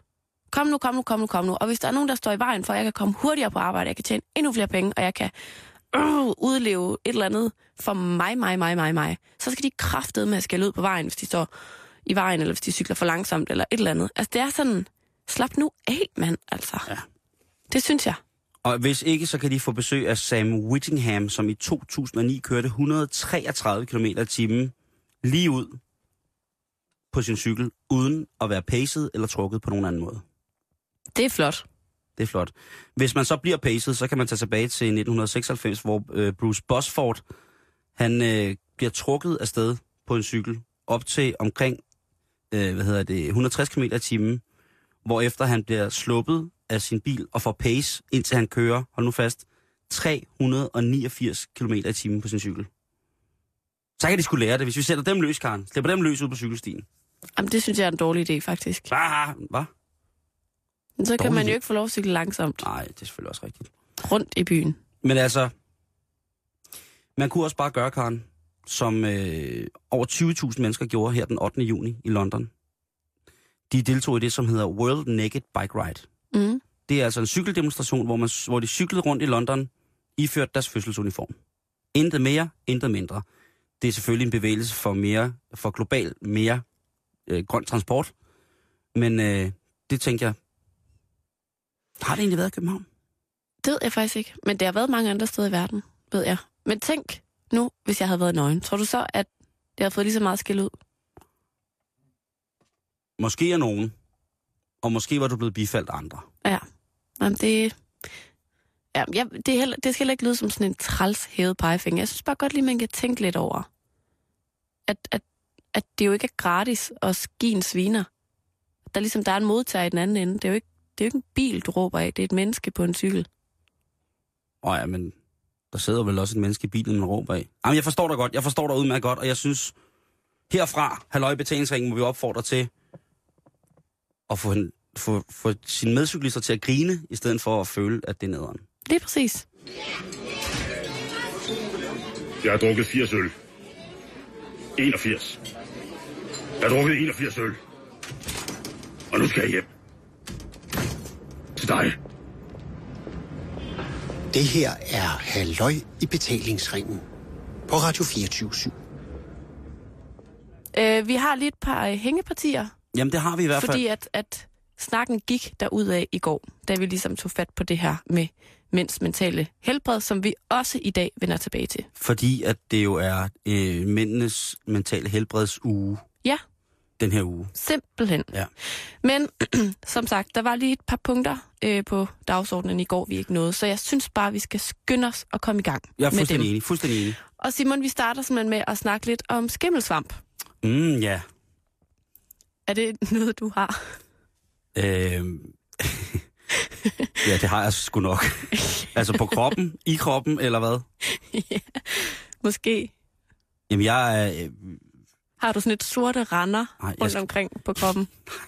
Kom nu. Og hvis der er nogen, der står i vejen for, at jeg kan komme hurtigere på arbejde, jeg kan tjene endnu flere penge, og jeg kan udleve et eller andet for mig, så skal de kraftedeme at skælde ud på vejen, hvis de står i vejen, eller hvis de cykler for langsomt, eller et eller andet. Altså, det er sådan, slap nu af, mand, altså. Ja. Det synes jeg. Og hvis ikke, så kan de få besøg af Sam Whittingham, som i 2009 kørte 133 km/t lige ud på sin cykel, uden at være paced eller trukket på nogen anden måde. Det er flot. Det er flot. Hvis man så bliver paced, så kan man tage tilbage til 1996, hvor Bruce Bosford, han bliver trukket afsted på en cykel op til omkring 160 km/t, hvorefter han bliver sluppet af sin bil og får pace, indtil han kører, hold nu fast, 389 km/t på sin cykel. Så kan de sgu lære det, hvis vi sætter dem løs, Karen. Slipper dem løs ud på cykelstien. Jamen, det synes jeg er en dårlig idé, faktisk. Hvad? Men så kan man jo ikke få lov at cykle langsomt. Nej, det er selvfølgelig også rigtigt. Rundt i byen. Men altså, man kunne også bare gøre, Karen, som over 20.000 mennesker gjorde her den 8. juni i London. De deltog i det, som hedder World Naked Bike Ride. Mm. Det er altså en cykeldemonstration, hvor de cyklede rundt i London, iført deres fødselsuniform. Intet mere, intet mindre. Det er selvfølgelig en bevægelse for global mere grøn transport. Men det tænker jeg, har det egentlig været i København? Det ved jeg faktisk ikke, men det har været mange andre steder i verden, ved jeg. Men tænk nu, hvis jeg havde været nøgen. Tror du så, at det havde fået lige så meget skæld ud? Måske er nogen. Og måske var du blevet bifaldt af andre. Ja. Jamen, det skal heller ikke lyde som sådan en træls hævet pegefinger. Jeg synes bare godt lige, man kan tænke lidt over, at det jo ikke er gratis at give en sviner. Der er en modtager i den anden ende. Det er jo ikke en bil, du råber af. Det er et menneske på en cykel. Ja, men der sidder vel også et menneske i bilen, man råber af. Jamen, jeg forstår dig godt. Jeg forstår dig udmærket godt, og jeg synes, herfra, halløj betalingsringen, må vi opfordre til at få sine medcyklister til at grine, i stedet for at føle, at det er nederen. Det er præcis. Jeg har drukket 80 øl. 81. Jeg har drukket 81 øl. Og nu skal jeg hjem. Til dig. Det her er halløj i betalingsringen på Radio 24/7. Vi har lige et par hængepartier. Jamen, det har vi i hvert fald. Fordi at snakken gik derudad i går, da vi ligesom tog fat på det her med mænds mentale helbred, som vi også i dag vender tilbage til. Fordi at det jo er mændenes mentale helbredsuge. Ja. Den her uge. Simpelthen. Ja. Men som sagt, der var lige et par punkter på dagsordenen i går, vi ikke nåede, så jeg synes bare, vi skal skynde os og komme i gang med dem. Jeg er fuldstændig enig. Og Simon, vi starter simpelthen med at snakke lidt om skimmelsvamp. Ja. Er det noget, du har? Ja, det har jeg sgu nok. Altså på kroppen, i kroppen, eller hvad? Ja, måske. Jamen, jeg er... Har du sådan et sorte render rundt omkring på kroppen?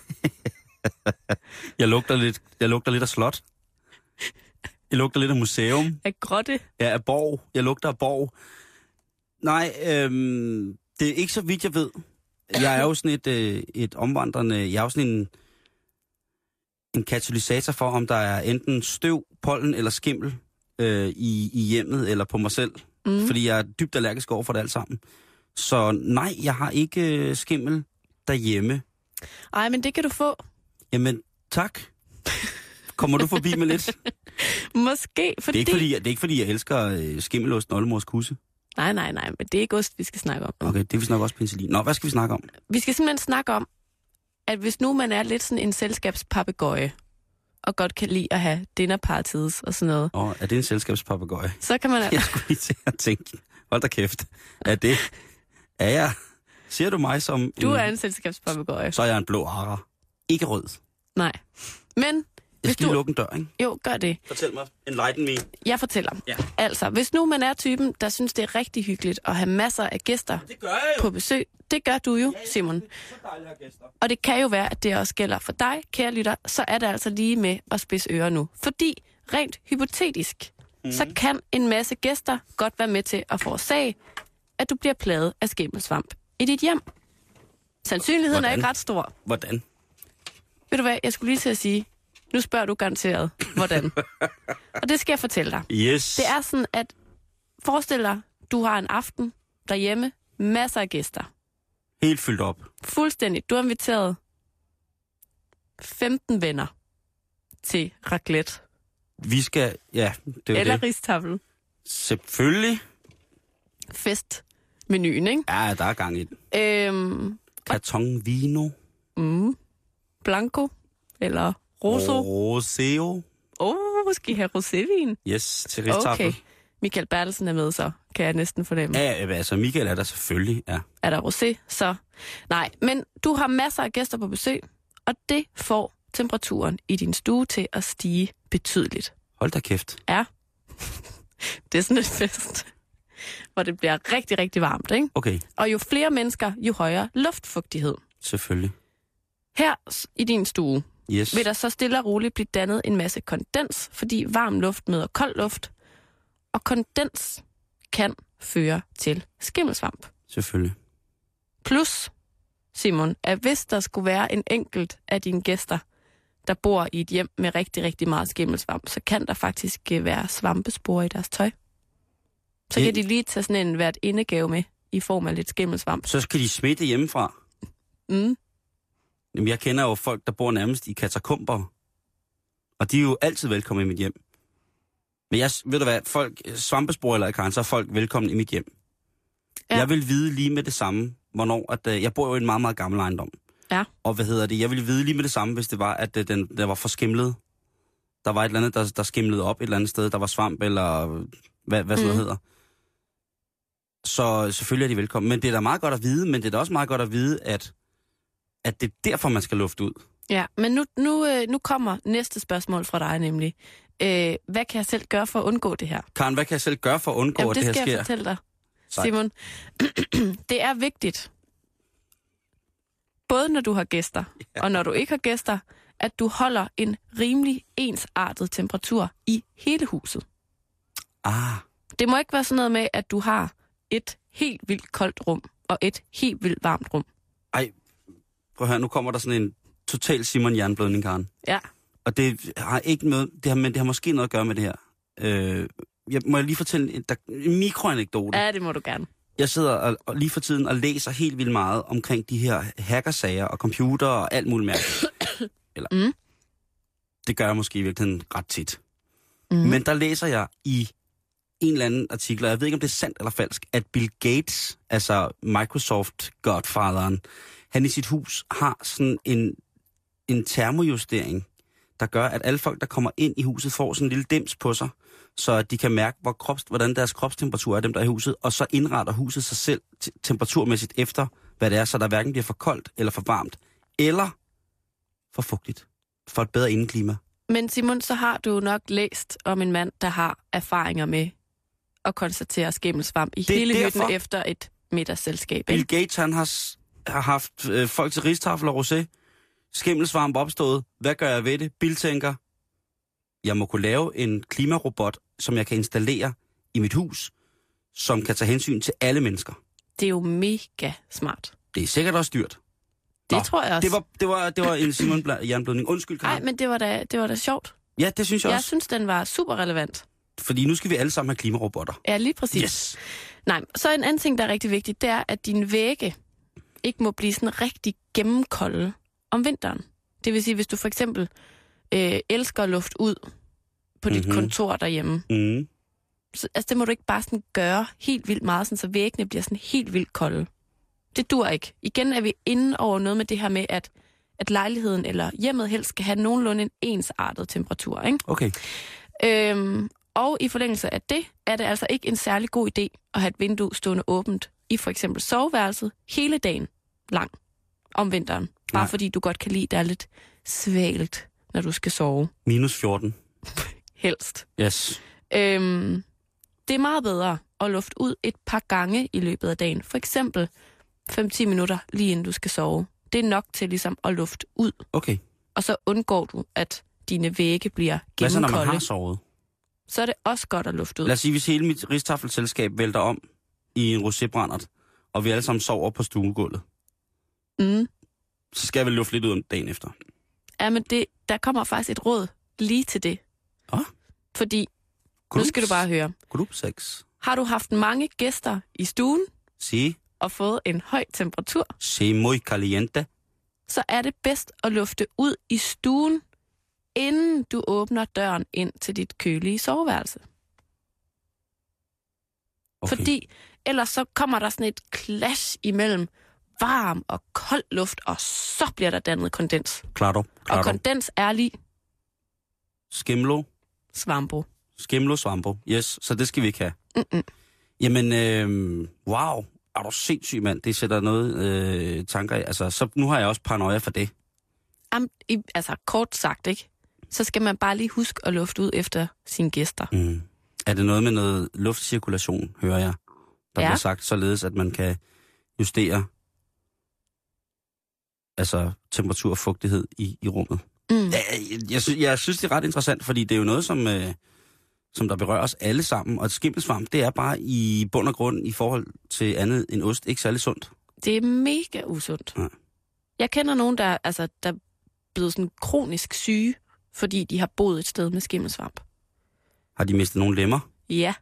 Jeg lugter lidt af slot. Jeg lugter lidt af museum. Af grotte? Ja, af borg. Jeg lugter af borg. Nej, det er ikke så vidt, jeg ved. Jeg er jo sådan et omvandrende... Jeg er jo sådan en katalysator for, om der er enten støv, pollen eller skimmel i hjemmet eller på mig selv. Mm. Fordi jeg er dybt allergisk over for det alt sammen. Så nej, jeg har ikke skimmel derhjemme. Ej, men det kan du få. Jamen, tak. Kommer du forbi med lidt? Måske, fordi... Det er ikke fordi, jeg elsker skimmelost og oldemors kusse. Nej, men det er ikke ost, vi skal snakke om. Okay, det vil snakke også penicillin. Nå, hvad skal vi snakke om? Vi skal simpelthen snakke om, at hvis nu man er lidt sådan en selskabspapegøje, og godt kan lide at have dinnerparties og sådan noget. Er det en selskabspapegøje? Så kan man... Jeg skulle lige til at tænke, hold da kæft, er jeg... Ser du mig som Du er en selskabspapegøje. Så er jeg en blå ara. Ikke rød. Nej. Men... Jeg skal lige lukke en dør, ikke? Jo, gør det. Fortæl mig. Enlighten me. Jeg fortæller. Ja. Altså, hvis nu man er typen, der synes, det er rigtig hyggeligt at have masser af gæster på besøg. Det gør du jo, Simon. Det er så dejligt at have gæster. Og det kan jo være, at det også gælder for dig, kære lytter. Så er det altså lige med at spidse ører nu. Fordi rent hypotetisk, så kan en masse gæster godt være med til at forårsage, at du bliver plaget af skimmelsvamp i dit hjem. Sandsynligheden er ikke ret stor. Hvordan? Ved du hvad, jeg skulle lige til at sige, Nu spørger du garanteret, hvordan. Og det skal jeg fortælle dig. Yes. Det er sådan, at forestil dig, du har en aften derhjemme, masser af gæster. Helt fyldt op. Fuldstændig. Du har inviteret 15 venner til raclette. Vi skal, ja, det er eller det. ristafel. Selvfølgelig. Festmenuen, ikke? Ja, der er gang i den. Carton vino. Blanco eller rosso. Roseo. Skal I have rosévin? Yes, til ristafel. Okay. Michael Bertelsen er med, så kan jeg næsten fornemme. Ja, altså Michael er der selvfølgelig, ja. Er der rosé, så... Nej, men du har masser af gæster på besøg, og det får temperaturen i din stue til at stige betydeligt. Hold da kæft. Ja. Det er sådan et fest, hvor det bliver rigtig, rigtig varmt, ikke? Okay. Og jo flere mennesker, jo højere luftfugtighed. Selvfølgelig. Her i din stue Yes. vil der så stille og roligt blive dannet en masse kondens, fordi varm luft møder kold luft, og kondens kan føre til skimmelsvamp. Selvfølgelig. Plus, Simon, at hvis der skulle være en enkelt af dine gæster, der bor i et hjem med rigtig, rigtig meget skimmelsvamp, så kan der faktisk være svampespor i deres tøj. Så kan de lige tage sådan en hvert indegave med i form af lidt skimmelsvamp. Så skal de smitte hjemmefra. Mm. Jamen, jeg kender jo folk, der bor nærmest i katakomber. Og de er jo altid velkommen i mit hjem. Men ved du hvad, svampespor eller Karen, så er folk velkommen i mit hjem. Ja. Jeg vil vide lige med det samme, hvornår, at jeg bor jo i en meget, meget gammel ejendom. Ja. Og jeg ville vide lige med det samme, hvis det var, at der var forskimlet. Der var et eller andet, der skimlede op et eller andet sted, der var svamp, eller hvad sådan noget hedder. Så selvfølgelig er de velkommen. Men det er da meget godt at vide, men det er da også meget godt at vide, at det er derfor, man skal lufte ud. Ja, men nu kommer næste spørgsmål fra dig nemlig. Hvad kan jeg selv gøre for at undgå det her? Karen, hvad kan jeg selv gøre for at undgå, at det her sker? Det skal jeg fortælle dig, Simon. Det er vigtigt, både når du har gæster, og når du ikke har gæster, at du holder en rimelig ensartet temperatur i hele huset. Det må ikke være sådan noget med, at du har et helt vildt koldt rum, og et helt vildt varmt rum. Ej, prøv her, nu kommer der sådan en total Simon jernblødning, Karen. Ja. Og det har ikke noget, men det har måske noget at gøre med det her. Må jeg lige fortælle en mikroanekdote? Ja, det må du gerne. Jeg sidder og lige for tiden og læser helt vildt meget omkring de her hackersager og computer og alt muligt mærkeligt. Det gør jeg måske i virkeligheden ret tit. Men der læser jeg i en eller anden artikel, og jeg ved ikke, om det er sandt eller falsk, at Bill Gates, altså Microsoft-godfatheren, han i sit hus har sådan en termojustering, der gør, at alle folk, der kommer ind i huset, får sådan en lille dims på sig, så at de kan mærke, hvordan deres kropstemperatur er, dem der er i huset, og så indretter huset sig selv temperaturmæssigt efter, hvad det er, så der hverken bliver for koldt eller for varmt, eller for fugtigt, for et bedre indeklima. Men Simon, så har du nok læst om en mand, der har erfaringer med at konstatere skimmelsvamp i hele hytten efter et middagsselskab. Bill Gates, han har haft folk til ristafel og rosé, skimmelsvamp opstået. Hvad gør jeg ved det? Bill tænker, jeg må kunne lave en klimarobot, som jeg kan installere i mit hus, som kan tage hensyn til alle mennesker. Det er jo mega smart. Det er sikkert også dyrt. Det tror jeg også. Det var en Simon jernblødning. Undskyld, Karen. Nej, men det var da sjovt. Ja, det synes jeg også. Jeg synes, den var super relevant. Fordi nu skal vi alle sammen have klimarobotter. Ja, lige præcis. Yes. Nej, så en anden ting, der er rigtig vigtigt, det er, at dine vægge ikke må blive sådan rigtig gennemkolde om vinteren. Det vil sige, hvis du for eksempel elsker luft ud på dit kontor derhjemme, så, altså det må du ikke bare sådan gøre helt vildt meget, sådan, så væggene bliver sådan helt vildt kolde. Det dur ikke. Igen er vi inde over noget med det her med, at lejligheden eller hjemmet helst skal have nogenlunde en ensartet temperatur. Ikke? Okay. Og i forlængelse af det, er det altså ikke en særlig god idé at have et vindue stående åbent i for eksempel soveværelset hele dagen lang om vinteren. Bare fordi du godt kan lide, der er lidt svalt, når du skal sove. Minus 14. Helst. Yes. Det er meget bedre at lufte ud et par gange i løbet af dagen. For eksempel 5-10 minutter lige inden du skal sove. Det er nok til ligesom at lufte ud. Okay. Og så undgår du, at dine vægge bliver gennemkolde. Hvad så, når man har sovet? Så er det også godt at lufte ud. Lad os sige, hvis hele mit ristafelselskab vælter om i en rosébrændert, og vi alle sammen sover på stuegulvet, så skal jeg vel lufte lidt ud dagen efter. Ja, men der kommer faktisk et råd lige til det. Fordi, nu skal du bare høre. Gruppe 6. Har du haft mange gæster i stuen Si. og fået en høj temperatur, Si muy caliente. så er det bedst at lufte ud i stuen, inden du åbner døren ind til dit kølige soveværelse. Okay. Fordi ellers så kommer der sådan et clash imellem varm og kold luft, og så bliver der dannet kondens. Claro. Og kondens er lige Skimlo. svampo. Skimlo svampo. Yes, så det skal vi ikke have. Mm-mm. Jamen, wow. Er du sindssyg, mand? Det sætter noget tanker i. Altså, så nu har jeg også paranoia for det. Altså, kort sagt, ikke? Så skal man bare lige huske at lufte ud efter sine gæster. Mm. Er det noget med noget luftcirkulation, hører jeg? Der bliver sagt således, at man kan justere altså temperatur og fugtighed i rummet. Mm. Jeg synes, det er ret interessant, fordi det er jo noget, som der berører os alle sammen. Og skimmelsvamp, det er bare i bund og grund i forhold til andet end ost ikke særlig sundt. Det er mega usundt. Ja. Jeg kender nogen, der er blevet sådan kronisk syge, fordi de har boet et sted med skimmelsvamp. Har de mistet nogle lemmer? Ja.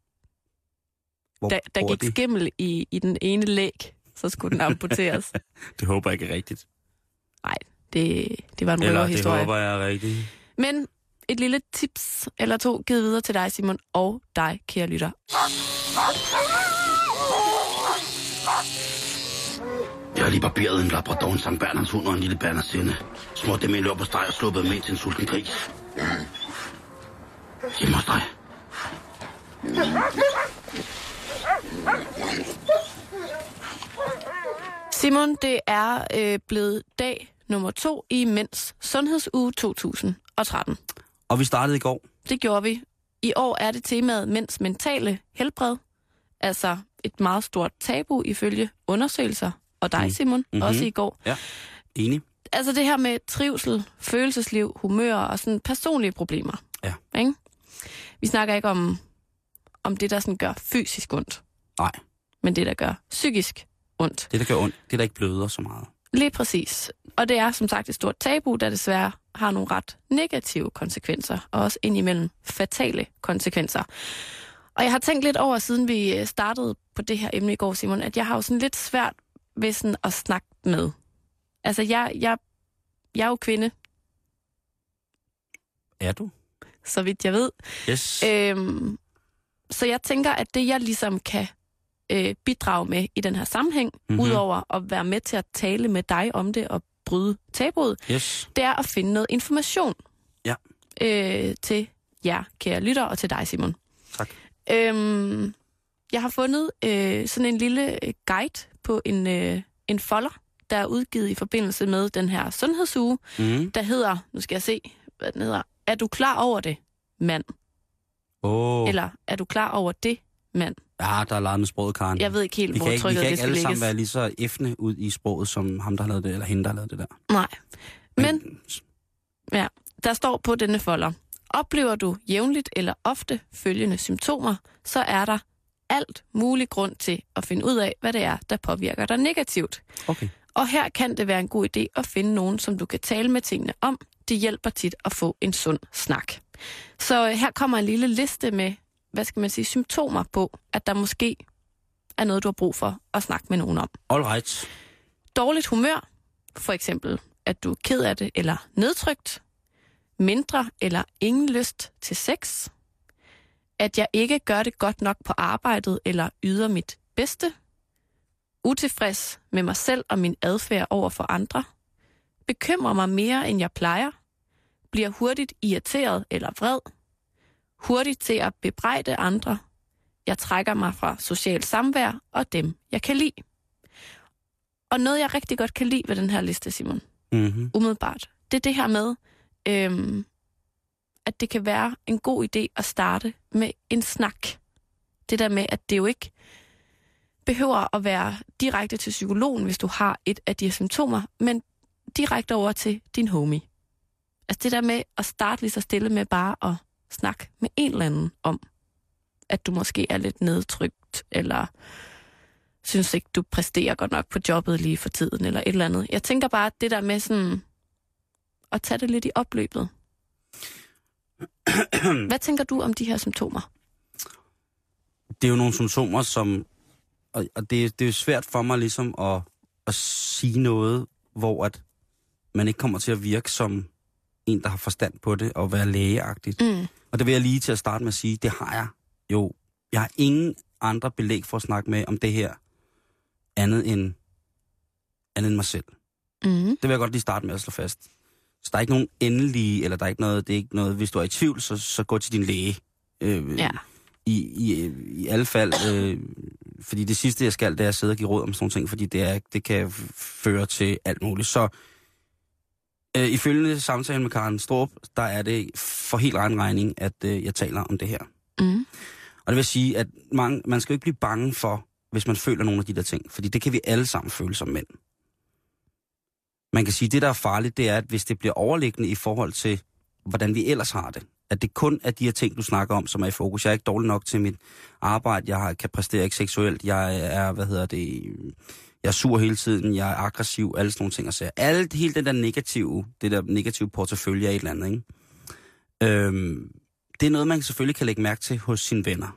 Der gik skimmel i den ene læg, så skulle den amputeres. Det håber jeg ikke er rigtigt. Nej, det var en røverhistorie. Eller det håber jeg er rigtigt. Men et lille tips eller to givet videre til dig, Simon, og dig, kære lytter. Jeg har lige barberet en labrador, en Sankt Bernhards hund og en lille bernersinde. Smurt dem i løb på steg og sluppet med til en sulten gris. Giv mig steg. Simon, det er blevet dag nummer 2 i Mænds Sundhedsuge 2013. Og vi startede i går. Det gjorde vi. I år er det temaet mænds mentale helbred. Altså et meget stort tabu ifølge undersøgelser. Og dig, Simon, også i går. Ja, enig. Altså det her med trivsel, følelsesliv, humør og sådan personlige problemer. Ja. Ikke? Vi snakker ikke om det, der sådan gør fysisk ondt. Nej. Men det, der gør psykisk ondt. Det, der gør ondt, det, der ikke bløder så meget. Lige præcis. Og det er som sagt et stort tabu, der desværre har nogle ret negative konsekvenser, og også indimellem fatale konsekvenser. Og jeg har tænkt lidt over, siden vi startede på det her emne i går, Simon, at jeg har jo sådan lidt svært ved sådan at snakke med. Altså, jeg er jo kvinde. Er du? Så vidt jeg ved. Yes. Så jeg tænker, at det, jeg ligesom kan bidrage med i den her sammenhæng, udover at være med til at tale med dig om det og bryde tabuet, det er at finde noget information til jer, kære lytter, og til dig, Simon. Tak. Jeg har fundet sådan en lille guide på en folder, der er udgivet i forbindelse med den her sundhedsuge, der hedder, nu skal jeg se, hvad den hedder, er du klar over det, mand? Eller er du klar over det, mand? Ja, der er lavet med sproget, Karen. Jeg ved ikke helt, hvor trykket det skal lægges. Vi kan ikke alle sammen lægges. være lige så effende ud i sproget, som ham, der har lavet det, eller hende, der har lavet det der. Nej. Men ja, der står på denne folder, oplever du jævnligt eller ofte følgende symptomer, så er der alt mulig grund til at finde ud af, hvad det er, der påvirker dig negativt. Okay. Og her kan det være en god idé at finde nogen, som du kan tale med tingene om. Det hjælper tit at få en sund snak. Så her kommer en lille liste med, hvad skal man sige, symptomer på, at der måske er noget, du har brug for at snakke med nogen om. All right. Dårligt humør, for eksempel, at du er ked af det eller nedtrykt. Mindre eller ingen lyst til sex. At jeg ikke gør det godt nok på arbejdet eller yder mit bedste. Utilfreds med mig selv og min adfærd over for andre. Bekymrer mig mere, end jeg plejer. Bliver hurtigt irriteret eller vred. Hurtigt til at bebrejde andre. Jeg trækker mig fra social samvær og dem, jeg kan lide. Og noget, jeg rigtig godt kan lide ved den her liste, Simon, umiddelbart, det er det her med, at det kan være en god idé at starte med en snak. Det der med, at det jo ikke behøver at være direkte til psykologen, hvis du har et af de her symptomer, men direkte over til din homie. Altså det der med at starte lige så stille med bare at snakke med en eller anden om, at du måske er lidt nedtrykt, eller synes ikke, du præsterer godt nok på jobbet lige for tiden, eller et eller andet. Jeg tænker bare, at det der med sådan at tage det lidt i opløbet. Hvad tænker du om de her symptomer? Det er jo nogle symptomer, som... Og det er jo svært for mig ligesom at sige noget, hvor at man ikke kommer til at virke som en, der har forstand på det, og være lægeagtigt. Mm. Og det vil jeg lige til at starte med at sige, det har jeg jo. Jeg har ingen andre belæg for at snakke med om det her, andet end mig selv. Mm. Det vil jeg godt lige starte med at slå fast. Så der er ikke nogen endelige, eller der er ikke noget, det er ikke noget, hvis du er i tvivl, så gå til din læge. Ja. I alle fald, fordi det sidste, jeg skal, det er at sidde og give råd om sådan nogle ting, fordi det kan føre til alt muligt. Så ifølge samtalen med Karen Straarup, der er det for helt egen regning, at jeg taler om det her. Mm. Og det vil sige, at man skal jo ikke blive bange for, hvis man føler nogle af de der ting, fordi det kan vi alle sammen føle som mænd. Man kan sige, at det, der er farligt, det er, at hvis det bliver overliggende i forhold til, hvordan vi ellers har det, at det kun er de her ting, du snakker om, som er i fokus. Jeg er ikke dårlig nok til mit arbejde, jeg kan præstere ikke seksuelt, jeg er, jeg er sur hele tiden, jeg er aggressiv, alle sådan nogle ting. Og så hele det der negative portefølje af et eller andet, ikke? Det er noget, man selvfølgelig kan lægge mærke til hos sine venner.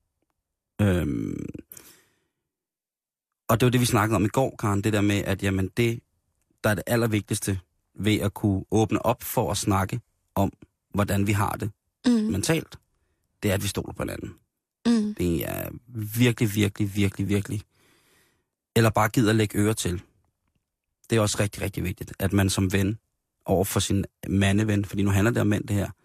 Og det var det, vi snakkede om i går, Karen, det der med, at jamen det, der er det allervigtigste ved at kunne åbne op for at snakke om, hvordan vi har det mentalt, det er, at vi stoler på hinanden. Mm. Det er virkelig, virkelig, virkelig, virkelig. Eller bare gider at lægge øre til. Det er også rigtig, rigtig vigtigt, at man som ven over for sin mandeven, fordi nu handler det om mænd, det her,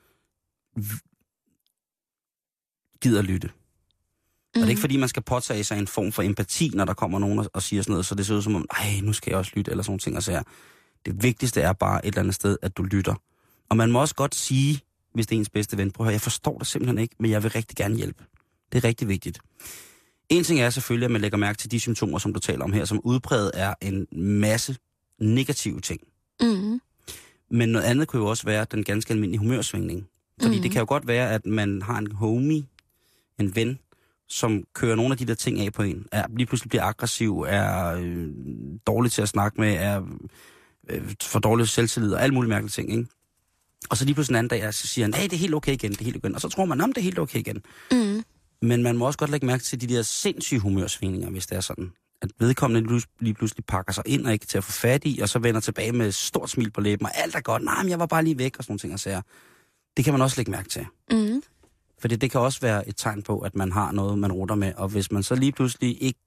gider at lytte. Og det er ikke, fordi man skal påtage sig en form for empati, når der kommer nogen og siger sådan noget, så det ser ud som om, nu skal jeg også lytte, eller sådan nogle ting. Og så det vigtigste er bare et eller andet sted, at du lytter. Og man må også godt sige, hvis det er ens bedste ven, prøv at høre, jeg forstår det simpelthen ikke, men jeg vil rigtig gerne hjælpe. Det er rigtig vigtigt. En ting er selvfølgelig, at man lægger mærke til de symptomer, som du taler om her, som udpræget er en masse negative ting. Mm. Men noget andet kunne jo også være den ganske almindelige humørsvingning. Fordi det kan jo godt være, at man har en homie, en ven, som kører nogle af de der ting af på en. Lige pludselig bliver aggressiv, er dårlig til at snakke med, er for dårlig selvtillid og alle mulige mærkelige ting, ikke? Og så lige pludselig en anden dag, så siger han, det er helt okay igen, det er helt okay igen. Og så tror man, det er helt okay igen. Mm. Men man må også godt lægge mærke til de der sindssyge humørsvingninger, hvis det er sådan. At vedkommende lige pludselig pakker sig ind og ikke til at få fat i, og så vender tilbage med stort smil på læben, og alt er godt. Nej, men jeg var bare lige væk, og sådan nogle ting og sager. Det kan man også lægge mærke til. Mm. Fordi det kan også være et tegn på, at man har noget, man rutter med. Og hvis man så lige pludselig ikke...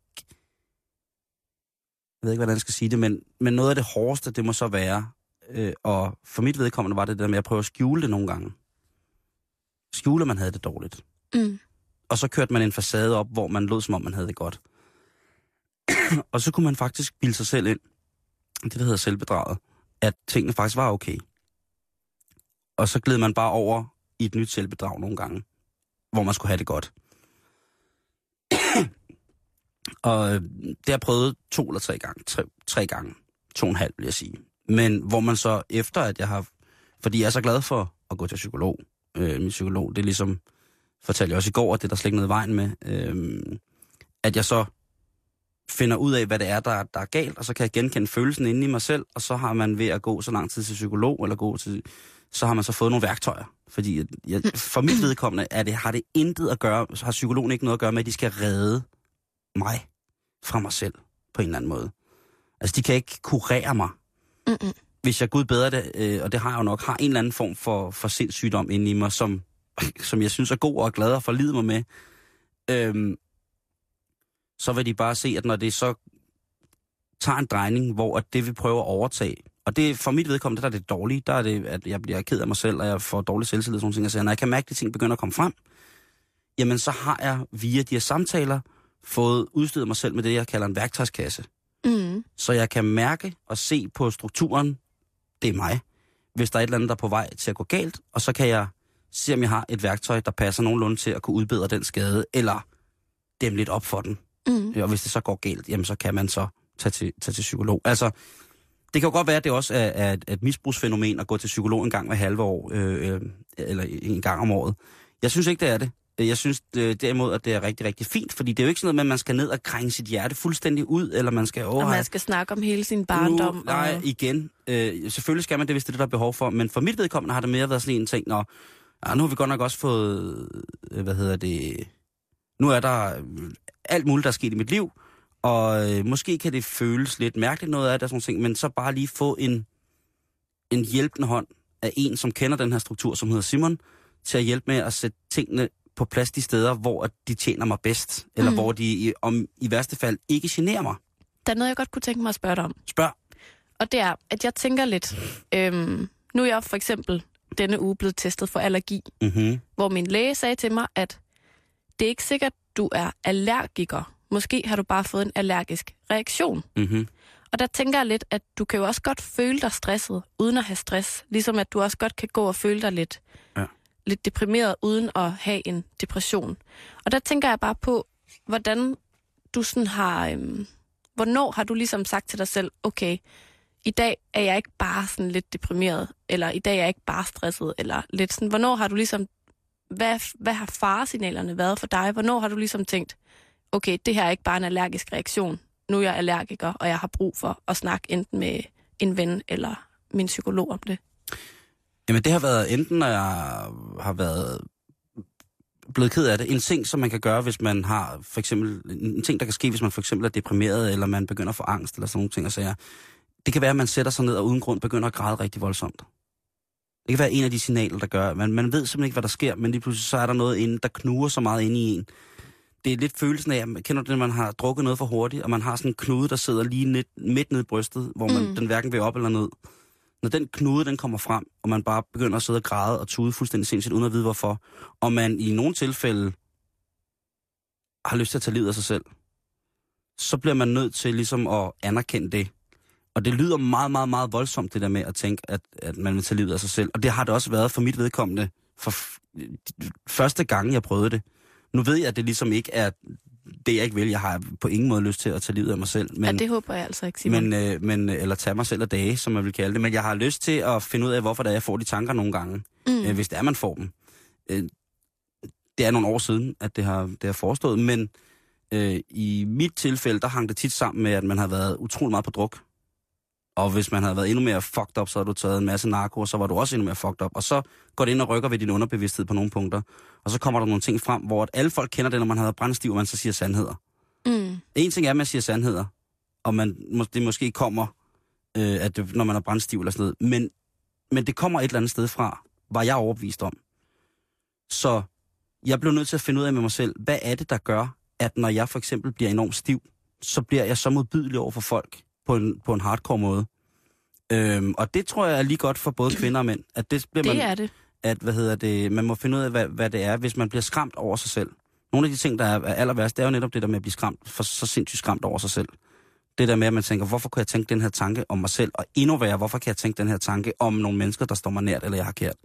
Jeg ved ikke, hvordan jeg skal sige det, men noget af det hårdeste, det må så være... og for mit vedkommende var det der med at prøve at skjule det nogle gange. Skjule, man havde det dårligt. Mm. Og så kørte man en facade op, hvor man lød, som om man havde det godt. Og så kunne man faktisk bilde sig selv ind, det der hedder selvbedraget, at tingene faktisk var okay. Og så gled man bare over i et nyt selvbedrag nogle gange, hvor man skulle have det godt. Og det har jeg prøvet 2 eller 3 gange. 3 gange. 2,5 vil jeg sige. Men hvor man så efter, at jeg har... Fordi jeg er så glad for at gå til psykolog. Min psykolog, det er ligesom... Fortalte jeg også i går, at det er der slet ikke noget i vejen med. At jeg så finder ud af, hvad det er, der er galt, og så kan jeg genkende følelsen inde i mig selv, og så har man ved at gå så lang tid til psykolog, eller så har man så fået nogle værktøjer. Fordi for mit vedkommende har det intet at gøre, så har psykologen ikke noget at gøre med, at de skal redde mig fra mig selv på en eller anden måde. Altså, de kan ikke kurere mig. Mm-mm. Hvis jeg gud bedre det, og det har jeg jo nok, har en eller anden form for sindssygdom inde i mig, som jeg synes er god og glad at forlide mig med, så vil de bare se, at når det så tager en drejning, hvor det vil prøve at overtage, og det for mit vedkommende, der er det dårlige, der er det, at jeg bliver ked af mig selv, og jeg får dårlig selvtillid og sådan ting, og så når jeg kan mærke, at de ting begynder at komme frem, jamen så har jeg via de her samtaler fået udstyret mig selv med det, jeg kalder en værktøjskasse. Mm. Så jeg kan mærke og se på strukturen, det er mig, hvis der er et eller andet, der er på vej til at gå galt, og så kan jeg se, om jeg har et værktøj, der passer nogenlunde til at kunne udbedre den skade, eller dæmme lidt op for den. Mm. Og hvis det så går galt, jamen så kan man så tage til psykolog. Altså, det kan jo godt være, at det også er et misbrugsfænomen at gå til psykolog en gang hver halve år, eller en gang om året. Jeg synes ikke, det er det. Jeg synes derimod, at det er rigtig, rigtig fint, fordi det er jo ikke sådan noget med, at man skal ned og krænge sit hjerte fuldstændig ud, eller man skal Og man skal snakke om hele sin barndom. Nej, igen. Selvfølgelig skal man det, hvis det er det, der er behov for, men for mit vedkommende har det mere været sådan en ting, nu har vi godt nok også fået, nu er der alt muligt, der er sket i mit liv, og måske kan det føles lidt mærkeligt noget af det, sådan nogle ting, men så bare lige få en hjælpende hånd af en, som kender den her struktur, som hedder Simon, til at hjælpe med at sætte tingene på plads de steder, hvor de tjener mig bedst, eller hvor de i værste fald ikke generer mig. Der er noget, jeg godt kunne tænke mig at spørge dig om. Spørg. Og det er, at jeg tænker lidt, nu er jeg for eksempel denne uge blevet testet for allergi, hvor min læge sagde til mig, at det er ikke sikkert, du er allergiker. Måske har du bare fået en allergisk reaktion. Og der tænker jeg lidt, at du kan jo også godt føle dig stresset, uden at have stress. Ligesom at du også godt kan gå og føle dig lidt deprimeret, uden at have en depression. Og der tænker jeg bare på, hvordan du sådan har... hvornår har du ligesom sagt til dig selv, okay, i dag er jeg ikke bare sådan lidt deprimeret, eller i dag er jeg ikke bare stresset, eller lidt sådan... Hvornår har du ligesom... Hvad har faresignalerne været for dig? Hvornår har du ligesom tænkt, okay, det her er ikke bare en allergisk reaktion. Nu er jeg allergiker, og jeg har brug for at snakke enten med en ven eller min psykolog om det? Jamen det har været enten, når jeg har været blevet ked af det. En ting, som man kan gøre, hvis man har for eksempel... En ting, der kan ske, hvis man for eksempel er deprimeret, eller man begynder at få angst, eller sådan nogle ting, og sager. Det kan være, at man sætter sig ned og uden grund begynder at græde rigtig voldsomt. Det kan være en af de signaler, der gør, man ved simpelthen ikke, hvad der sker, men lige pludselig så er der noget inde, der knuger så meget inde i en. Det er lidt følelsen af, kender du det, når man har drukket noget for hurtigt, og man har sådan en knude, der sidder lige midt nede i brystet, hvor man den hverken vil op eller ned. Når den knude, den kommer frem, og man bare begynder at sidde og græde og tude fuldstændig sindssygt, uden at vide hvorfor, og man i nogle tilfælde har lyst til at tage livet af sig selv, så bliver man nødt til ligesom at anerkende det. Og det lyder meget, meget, meget voldsomt, det der med at tænke, at man vil tage livet af sig selv. Og det har det også været for mit vedkommende, for første gang, jeg prøvede det. Nu ved jeg, at det ligesom ikke er det, jeg ikke vil. Jeg har på ingen måde lyst til at tage livet af mig selv. Men, ja, det håber jeg altså ikke, Simon. Eller tage mig selv af dage, som man vil kalde det. Men jeg har lyst til at finde ud af, hvorfor det er, jeg får de tanker nogle gange. Hvis det er, man får dem. Det er nogle år siden, at det har forestået. Men i mit tilfælde, der hang det tit sammen med, at man har været utrolig meget på druk. Og hvis man havde været endnu mere fucked up, så har du taget en masse narko, og så var du også endnu mere fucked up. Og så går det ind og rykker ved din underbevidsthed på nogle punkter. Og så kommer der nogle ting frem, hvor alle folk kender det, når man har været brændstiv, og man så siger sandheder. En ting er, at man siger sandheder, og det måske kommer, når man er brændstiv eller sådan noget. Men det kommer et eller andet sted fra, var jeg overbevist om. Så jeg blev nødt til at finde ud af med mig selv, hvad er det, der gør, at når jeg for eksempel bliver enormt stiv, så bliver jeg så modbydelig over for folk. På en hardcore måde. Og det tror jeg er lige godt for både kvinder og mænd. At det bliver det er det. At, man må finde ud af, hvad det er, hvis man bliver skræmt over sig selv. Nogle af de ting, der er aller værst, det er jo netop det der med at blive skræmt, for så sindssygt skræmt over sig selv. Det der med, at man tænker, hvorfor kan jeg tænke den her tanke om mig selv? Og endnu værre, hvorfor kan jeg tænke den her tanke om nogle mennesker, der står mig nært, eller jeg har kært?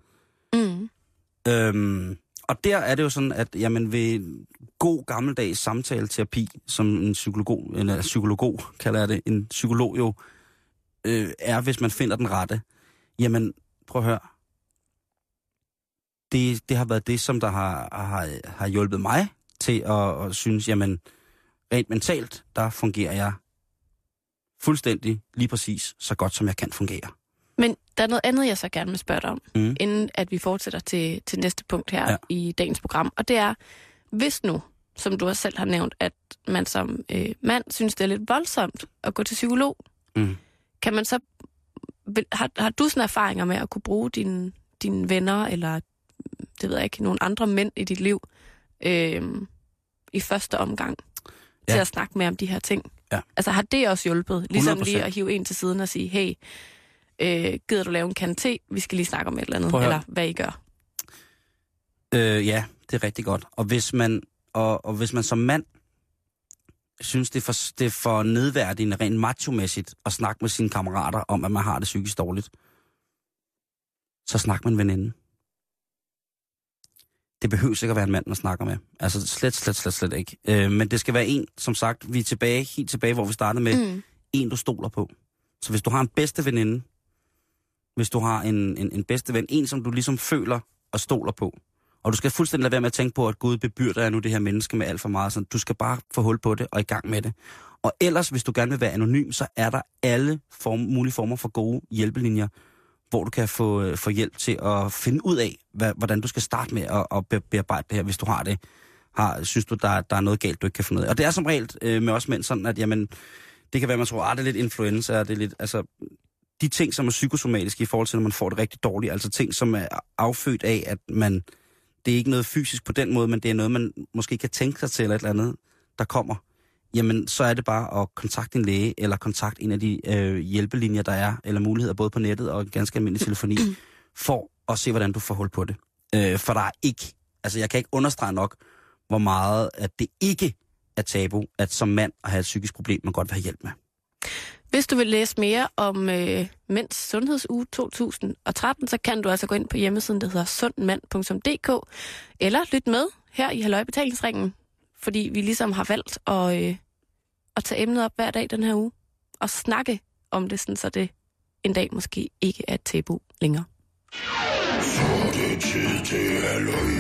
Og der er det jo sådan, at jamen, ved god gammeldags samtaleterapi, som en psykolog kalder jeg det, en psykolog jo, er, hvis man finder den rette. Jamen, prøv at høre. Det har været det, som der har hjulpet mig til at synes, jamen, rent mentalt, der fungerer jeg fuldstændig lige præcis så godt, som jeg kan fungere. Men der er noget andet, jeg så gerne vil spørge dig om, inden at vi fortsætter til næste punkt her i dagens program. Og det er, hvis nu, som du også selv har nævnt, at man som mand synes, det er lidt voldsomt at gå til psykolog, kan man så... Har du sådan erfaringer med at kunne bruge dine venner, eller det ved jeg ikke, nogle andre mænd i dit liv, i første omgang, til at snakke med om de her ting? Ja. Altså har det også hjulpet? Ligesom 100%. Lige at hive en til siden og sige, hey, gider du lave en kande te? Vi skal lige snakke om et eller andet, eller hvad I gør. Ja, det er rigtig godt. Og hvis man som mand synes, det er for nedværdigende, rent macho-mæssigt, at snakke med sine kammerater om, at man har det psykisk dårligt, så snak med en veninde. Det behøver ikke at være en mand, man snakker med. Altså slet ikke. Men det skal være en, som sagt, vi er helt tilbage, hvor vi startede med, en du stoler på. Så hvis du har en bedste veninde, hvis du har en bedste ven, en som du ligesom føler og stoler på, Og du skal fuldstændig lade være med at tænke på, at Gud bebyrder nu det her menneske med alt for meget. Så du skal bare få hul på det og i gang med det. Og ellers, hvis du gerne vil være anonym, så er der alle mulige former for gode hjælpelinjer, hvor du kan få hjælp til at finde ud af, hvordan du skal starte med at bearbejde det her, hvis du har det. Synes du, der er noget galt, du ikke kan finde ud af. Og det er som regel med os mænd sådan, at jamen, det kan være, man tror, det er lidt influenza, det er lidt, altså, de ting, som er psykosomatiske i forhold til, når man får det rigtig dårligt, altså ting, som er affødt af, at det er ikke noget fysisk på den måde, men det er noget, man måske kan tænke sig til, eller et eller andet, der kommer, jamen, så er det bare at kontakte en læge, eller kontakte en af de hjælpelinjer, der er, eller muligheder både på nettet og ganske almindelig telefoni, for at se, hvordan du får hul på det. For der er ikke, altså jeg kan ikke understrege nok, hvor meget, at det ikke er tabu, at som mand at have et psykisk problem, man godt vil have hjælp med. Hvis du vil læse mere om Mænds Sundhedsuge 2013, så kan du altså gå ind på hjemmesiden, der hedder sundmand.dk, eller lyt med her i Halløj Betalingsringen, fordi vi ligesom har valgt at tage emnet op hver dag den her uge, og snakke om det, sådan, så det en dag måske ikke er et tabu længere. Så er det tid til Halløj.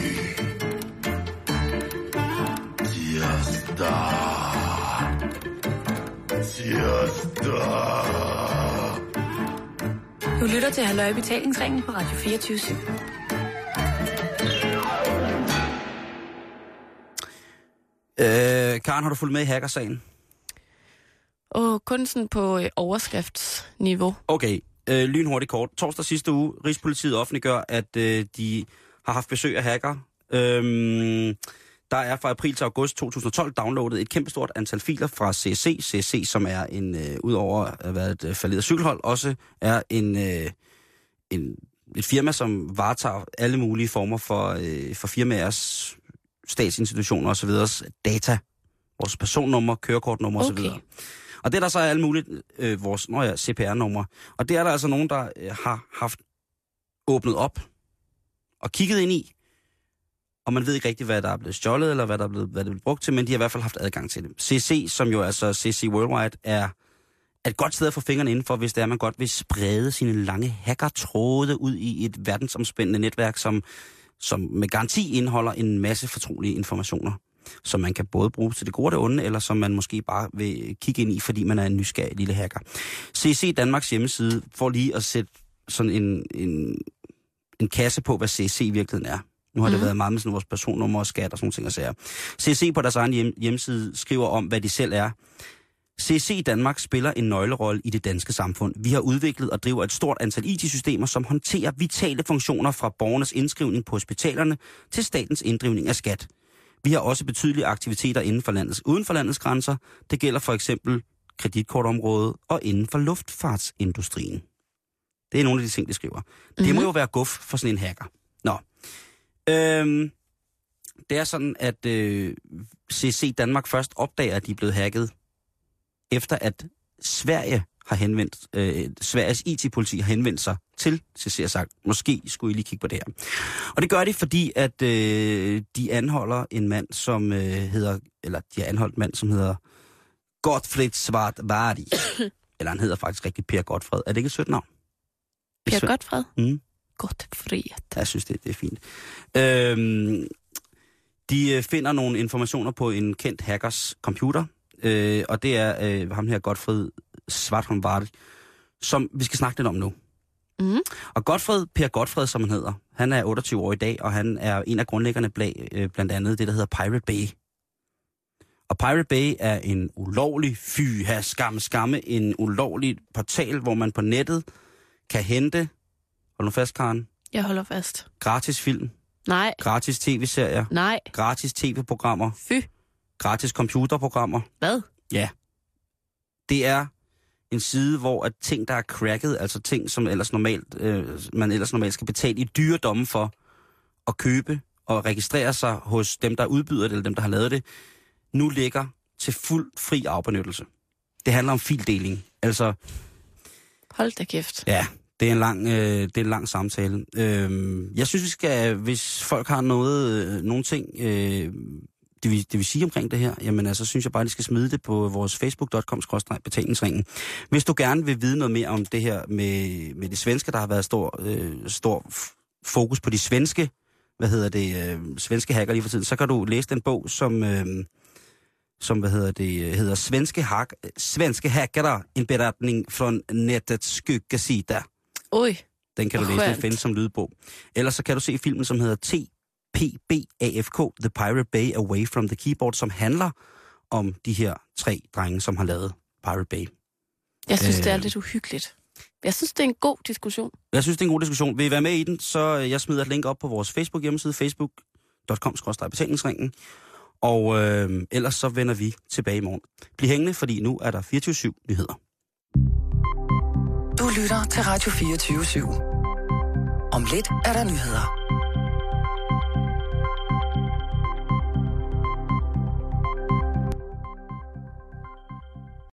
Du lytter til Halløj Betalingsringen på Radio 24/7. Karen, har du fulgt med i hackersagen? Og kun sådan på overskriftsniveau. Okay, lynhurtigt kort. Torsdag sidste uge, Rigspolitiet offentliggør, at de har haft besøg af hacker. Der er fra april til august 2012 downloadet et kæmpestort antal filer fra CSC. CSC, som er udover at være et falderet cykelhold, også er et firma, som varetager alle mulige former for firmaers, statsinstitutioner osv. data. Vores personnummer, kørekortnummer osv. Og det er der så alle mulige vores CPR-numre. Og det er der altså nogen, der har haft åbnet op og kigget ind i. Og man ved ikke rigtig, hvad der er blevet stjålet, eller hvad det er blevet brugt til, men de har i hvert fald haft adgang til det. CC, som jo altså CC Worldwide, er et godt sted at få fingrene indenfor, hvis det er, man godt vil sprede sine lange hackertråde ud i et verdensomspændende netværk, som med garanti indeholder en masse fortrolige informationer, som man kan både bruge til det gode og det onde, eller som man måske bare vil kigge ind i, fordi man er en nysgerrig lille hacker. CC Danmarks hjemmeside får lige at sætte sådan en kasse på, hvad CC i virkeligheden er. Nu har det været meget med sådan vores personnummer og skat og sådan nogle ting at sige. CC på deres egen hjemmeside skriver om, hvad de selv er. CC Danmark spiller en nøglerolle i det danske samfund. Vi har udviklet og driver et stort antal IT-systemer, som håndterer vitale funktioner fra borgernes indskrivning på hospitalerne til statens inddrivning af skat. Vi har også betydelige aktiviteter uden for landets grænser. Det gælder for eksempel kreditkortområdet og inden for luftfartsindustrien. Det er nogle af de ting, de skriver. Det må jo være guf for sådan en hacker. Nå. Det er sådan, at CC Danmark først opdager, at de er blevet hacket, efter at Sverige har henvendt, Sveriges IT-politi har henvendt sig til CC og sagt, måske skulle I lige kigge på det her. Og det gør de, fordi at de anholder en mand, som hedder Gottfried Svartvardi. Eller han hedder faktisk rigtig Per Gottfred. Er det ikke et sødt navn? Per Gottfred? Gottfried. Jeg synes, det er fint. De finder nogle informationer på en kendt hackers computer, og det er ham her, Gottfried Svartvardi, som vi skal snakke lidt om nu. Og Per Gottfred, som han hedder, han er 28 år i dag, og han er en af grundlæggerne blandt andet det, der hedder Pirate Bay. Og Pirate Bay er en ulovlig en ulovlig portal, hvor man på nettet kan hente, hold nu fast, Karen. Jeg holder fast. Gratis film. Nej. Gratis tv-serier. Nej. Gratis tv-programmer. Fy. Gratis computerprogrammer. Hvad? Ja. Det er en side, hvor at ting, der er cracket, altså ting, som man ellers normalt skal betale i dyre domme for at købe og registrere sig hos dem, der udbyder det, eller dem, der har lavet det, nu ligger til fuld fri afbenyttelse. Det handler om fildeling. Altså, hold da kæft. Ja, det er en lang samtale. Jeg synes, vi skal, hvis folk har nogle ting, det vil sige omkring det her, jamen altså, synes jeg bare, de skal smide det på vores facebook.com/betalingsringen. Hvis du gerne vil vide noget mere om det her med det svenske, der har været stor fokus på de svenske svenske hacker lige for tiden, så kan du læse den bog, som hedder Svenske hackere, en beretning fra nettets skyggesida. Oj. Den kan du læse, den findes som lydbog. Ellers så kan du se filmen, som hedder TPBAFK, The Pirate Bay Away from the Keyboard, som handler om de her 3 drenge, som har lavet Pirate Bay. Jeg synes, det er lidt uhyggeligt. Jeg synes, det er en god diskussion. Jeg synes, det er en god diskussion. Vil I være med i den, så jeg smider et link op på vores Facebook-hjemmeside, facebook.com/betalingsringen. Og ellers så vender vi tilbage i morgen. Bliv hængende, fordi nu er der 24/7 nyheder. Du lytter til Radio 24/7. Om lidt er der nyheder.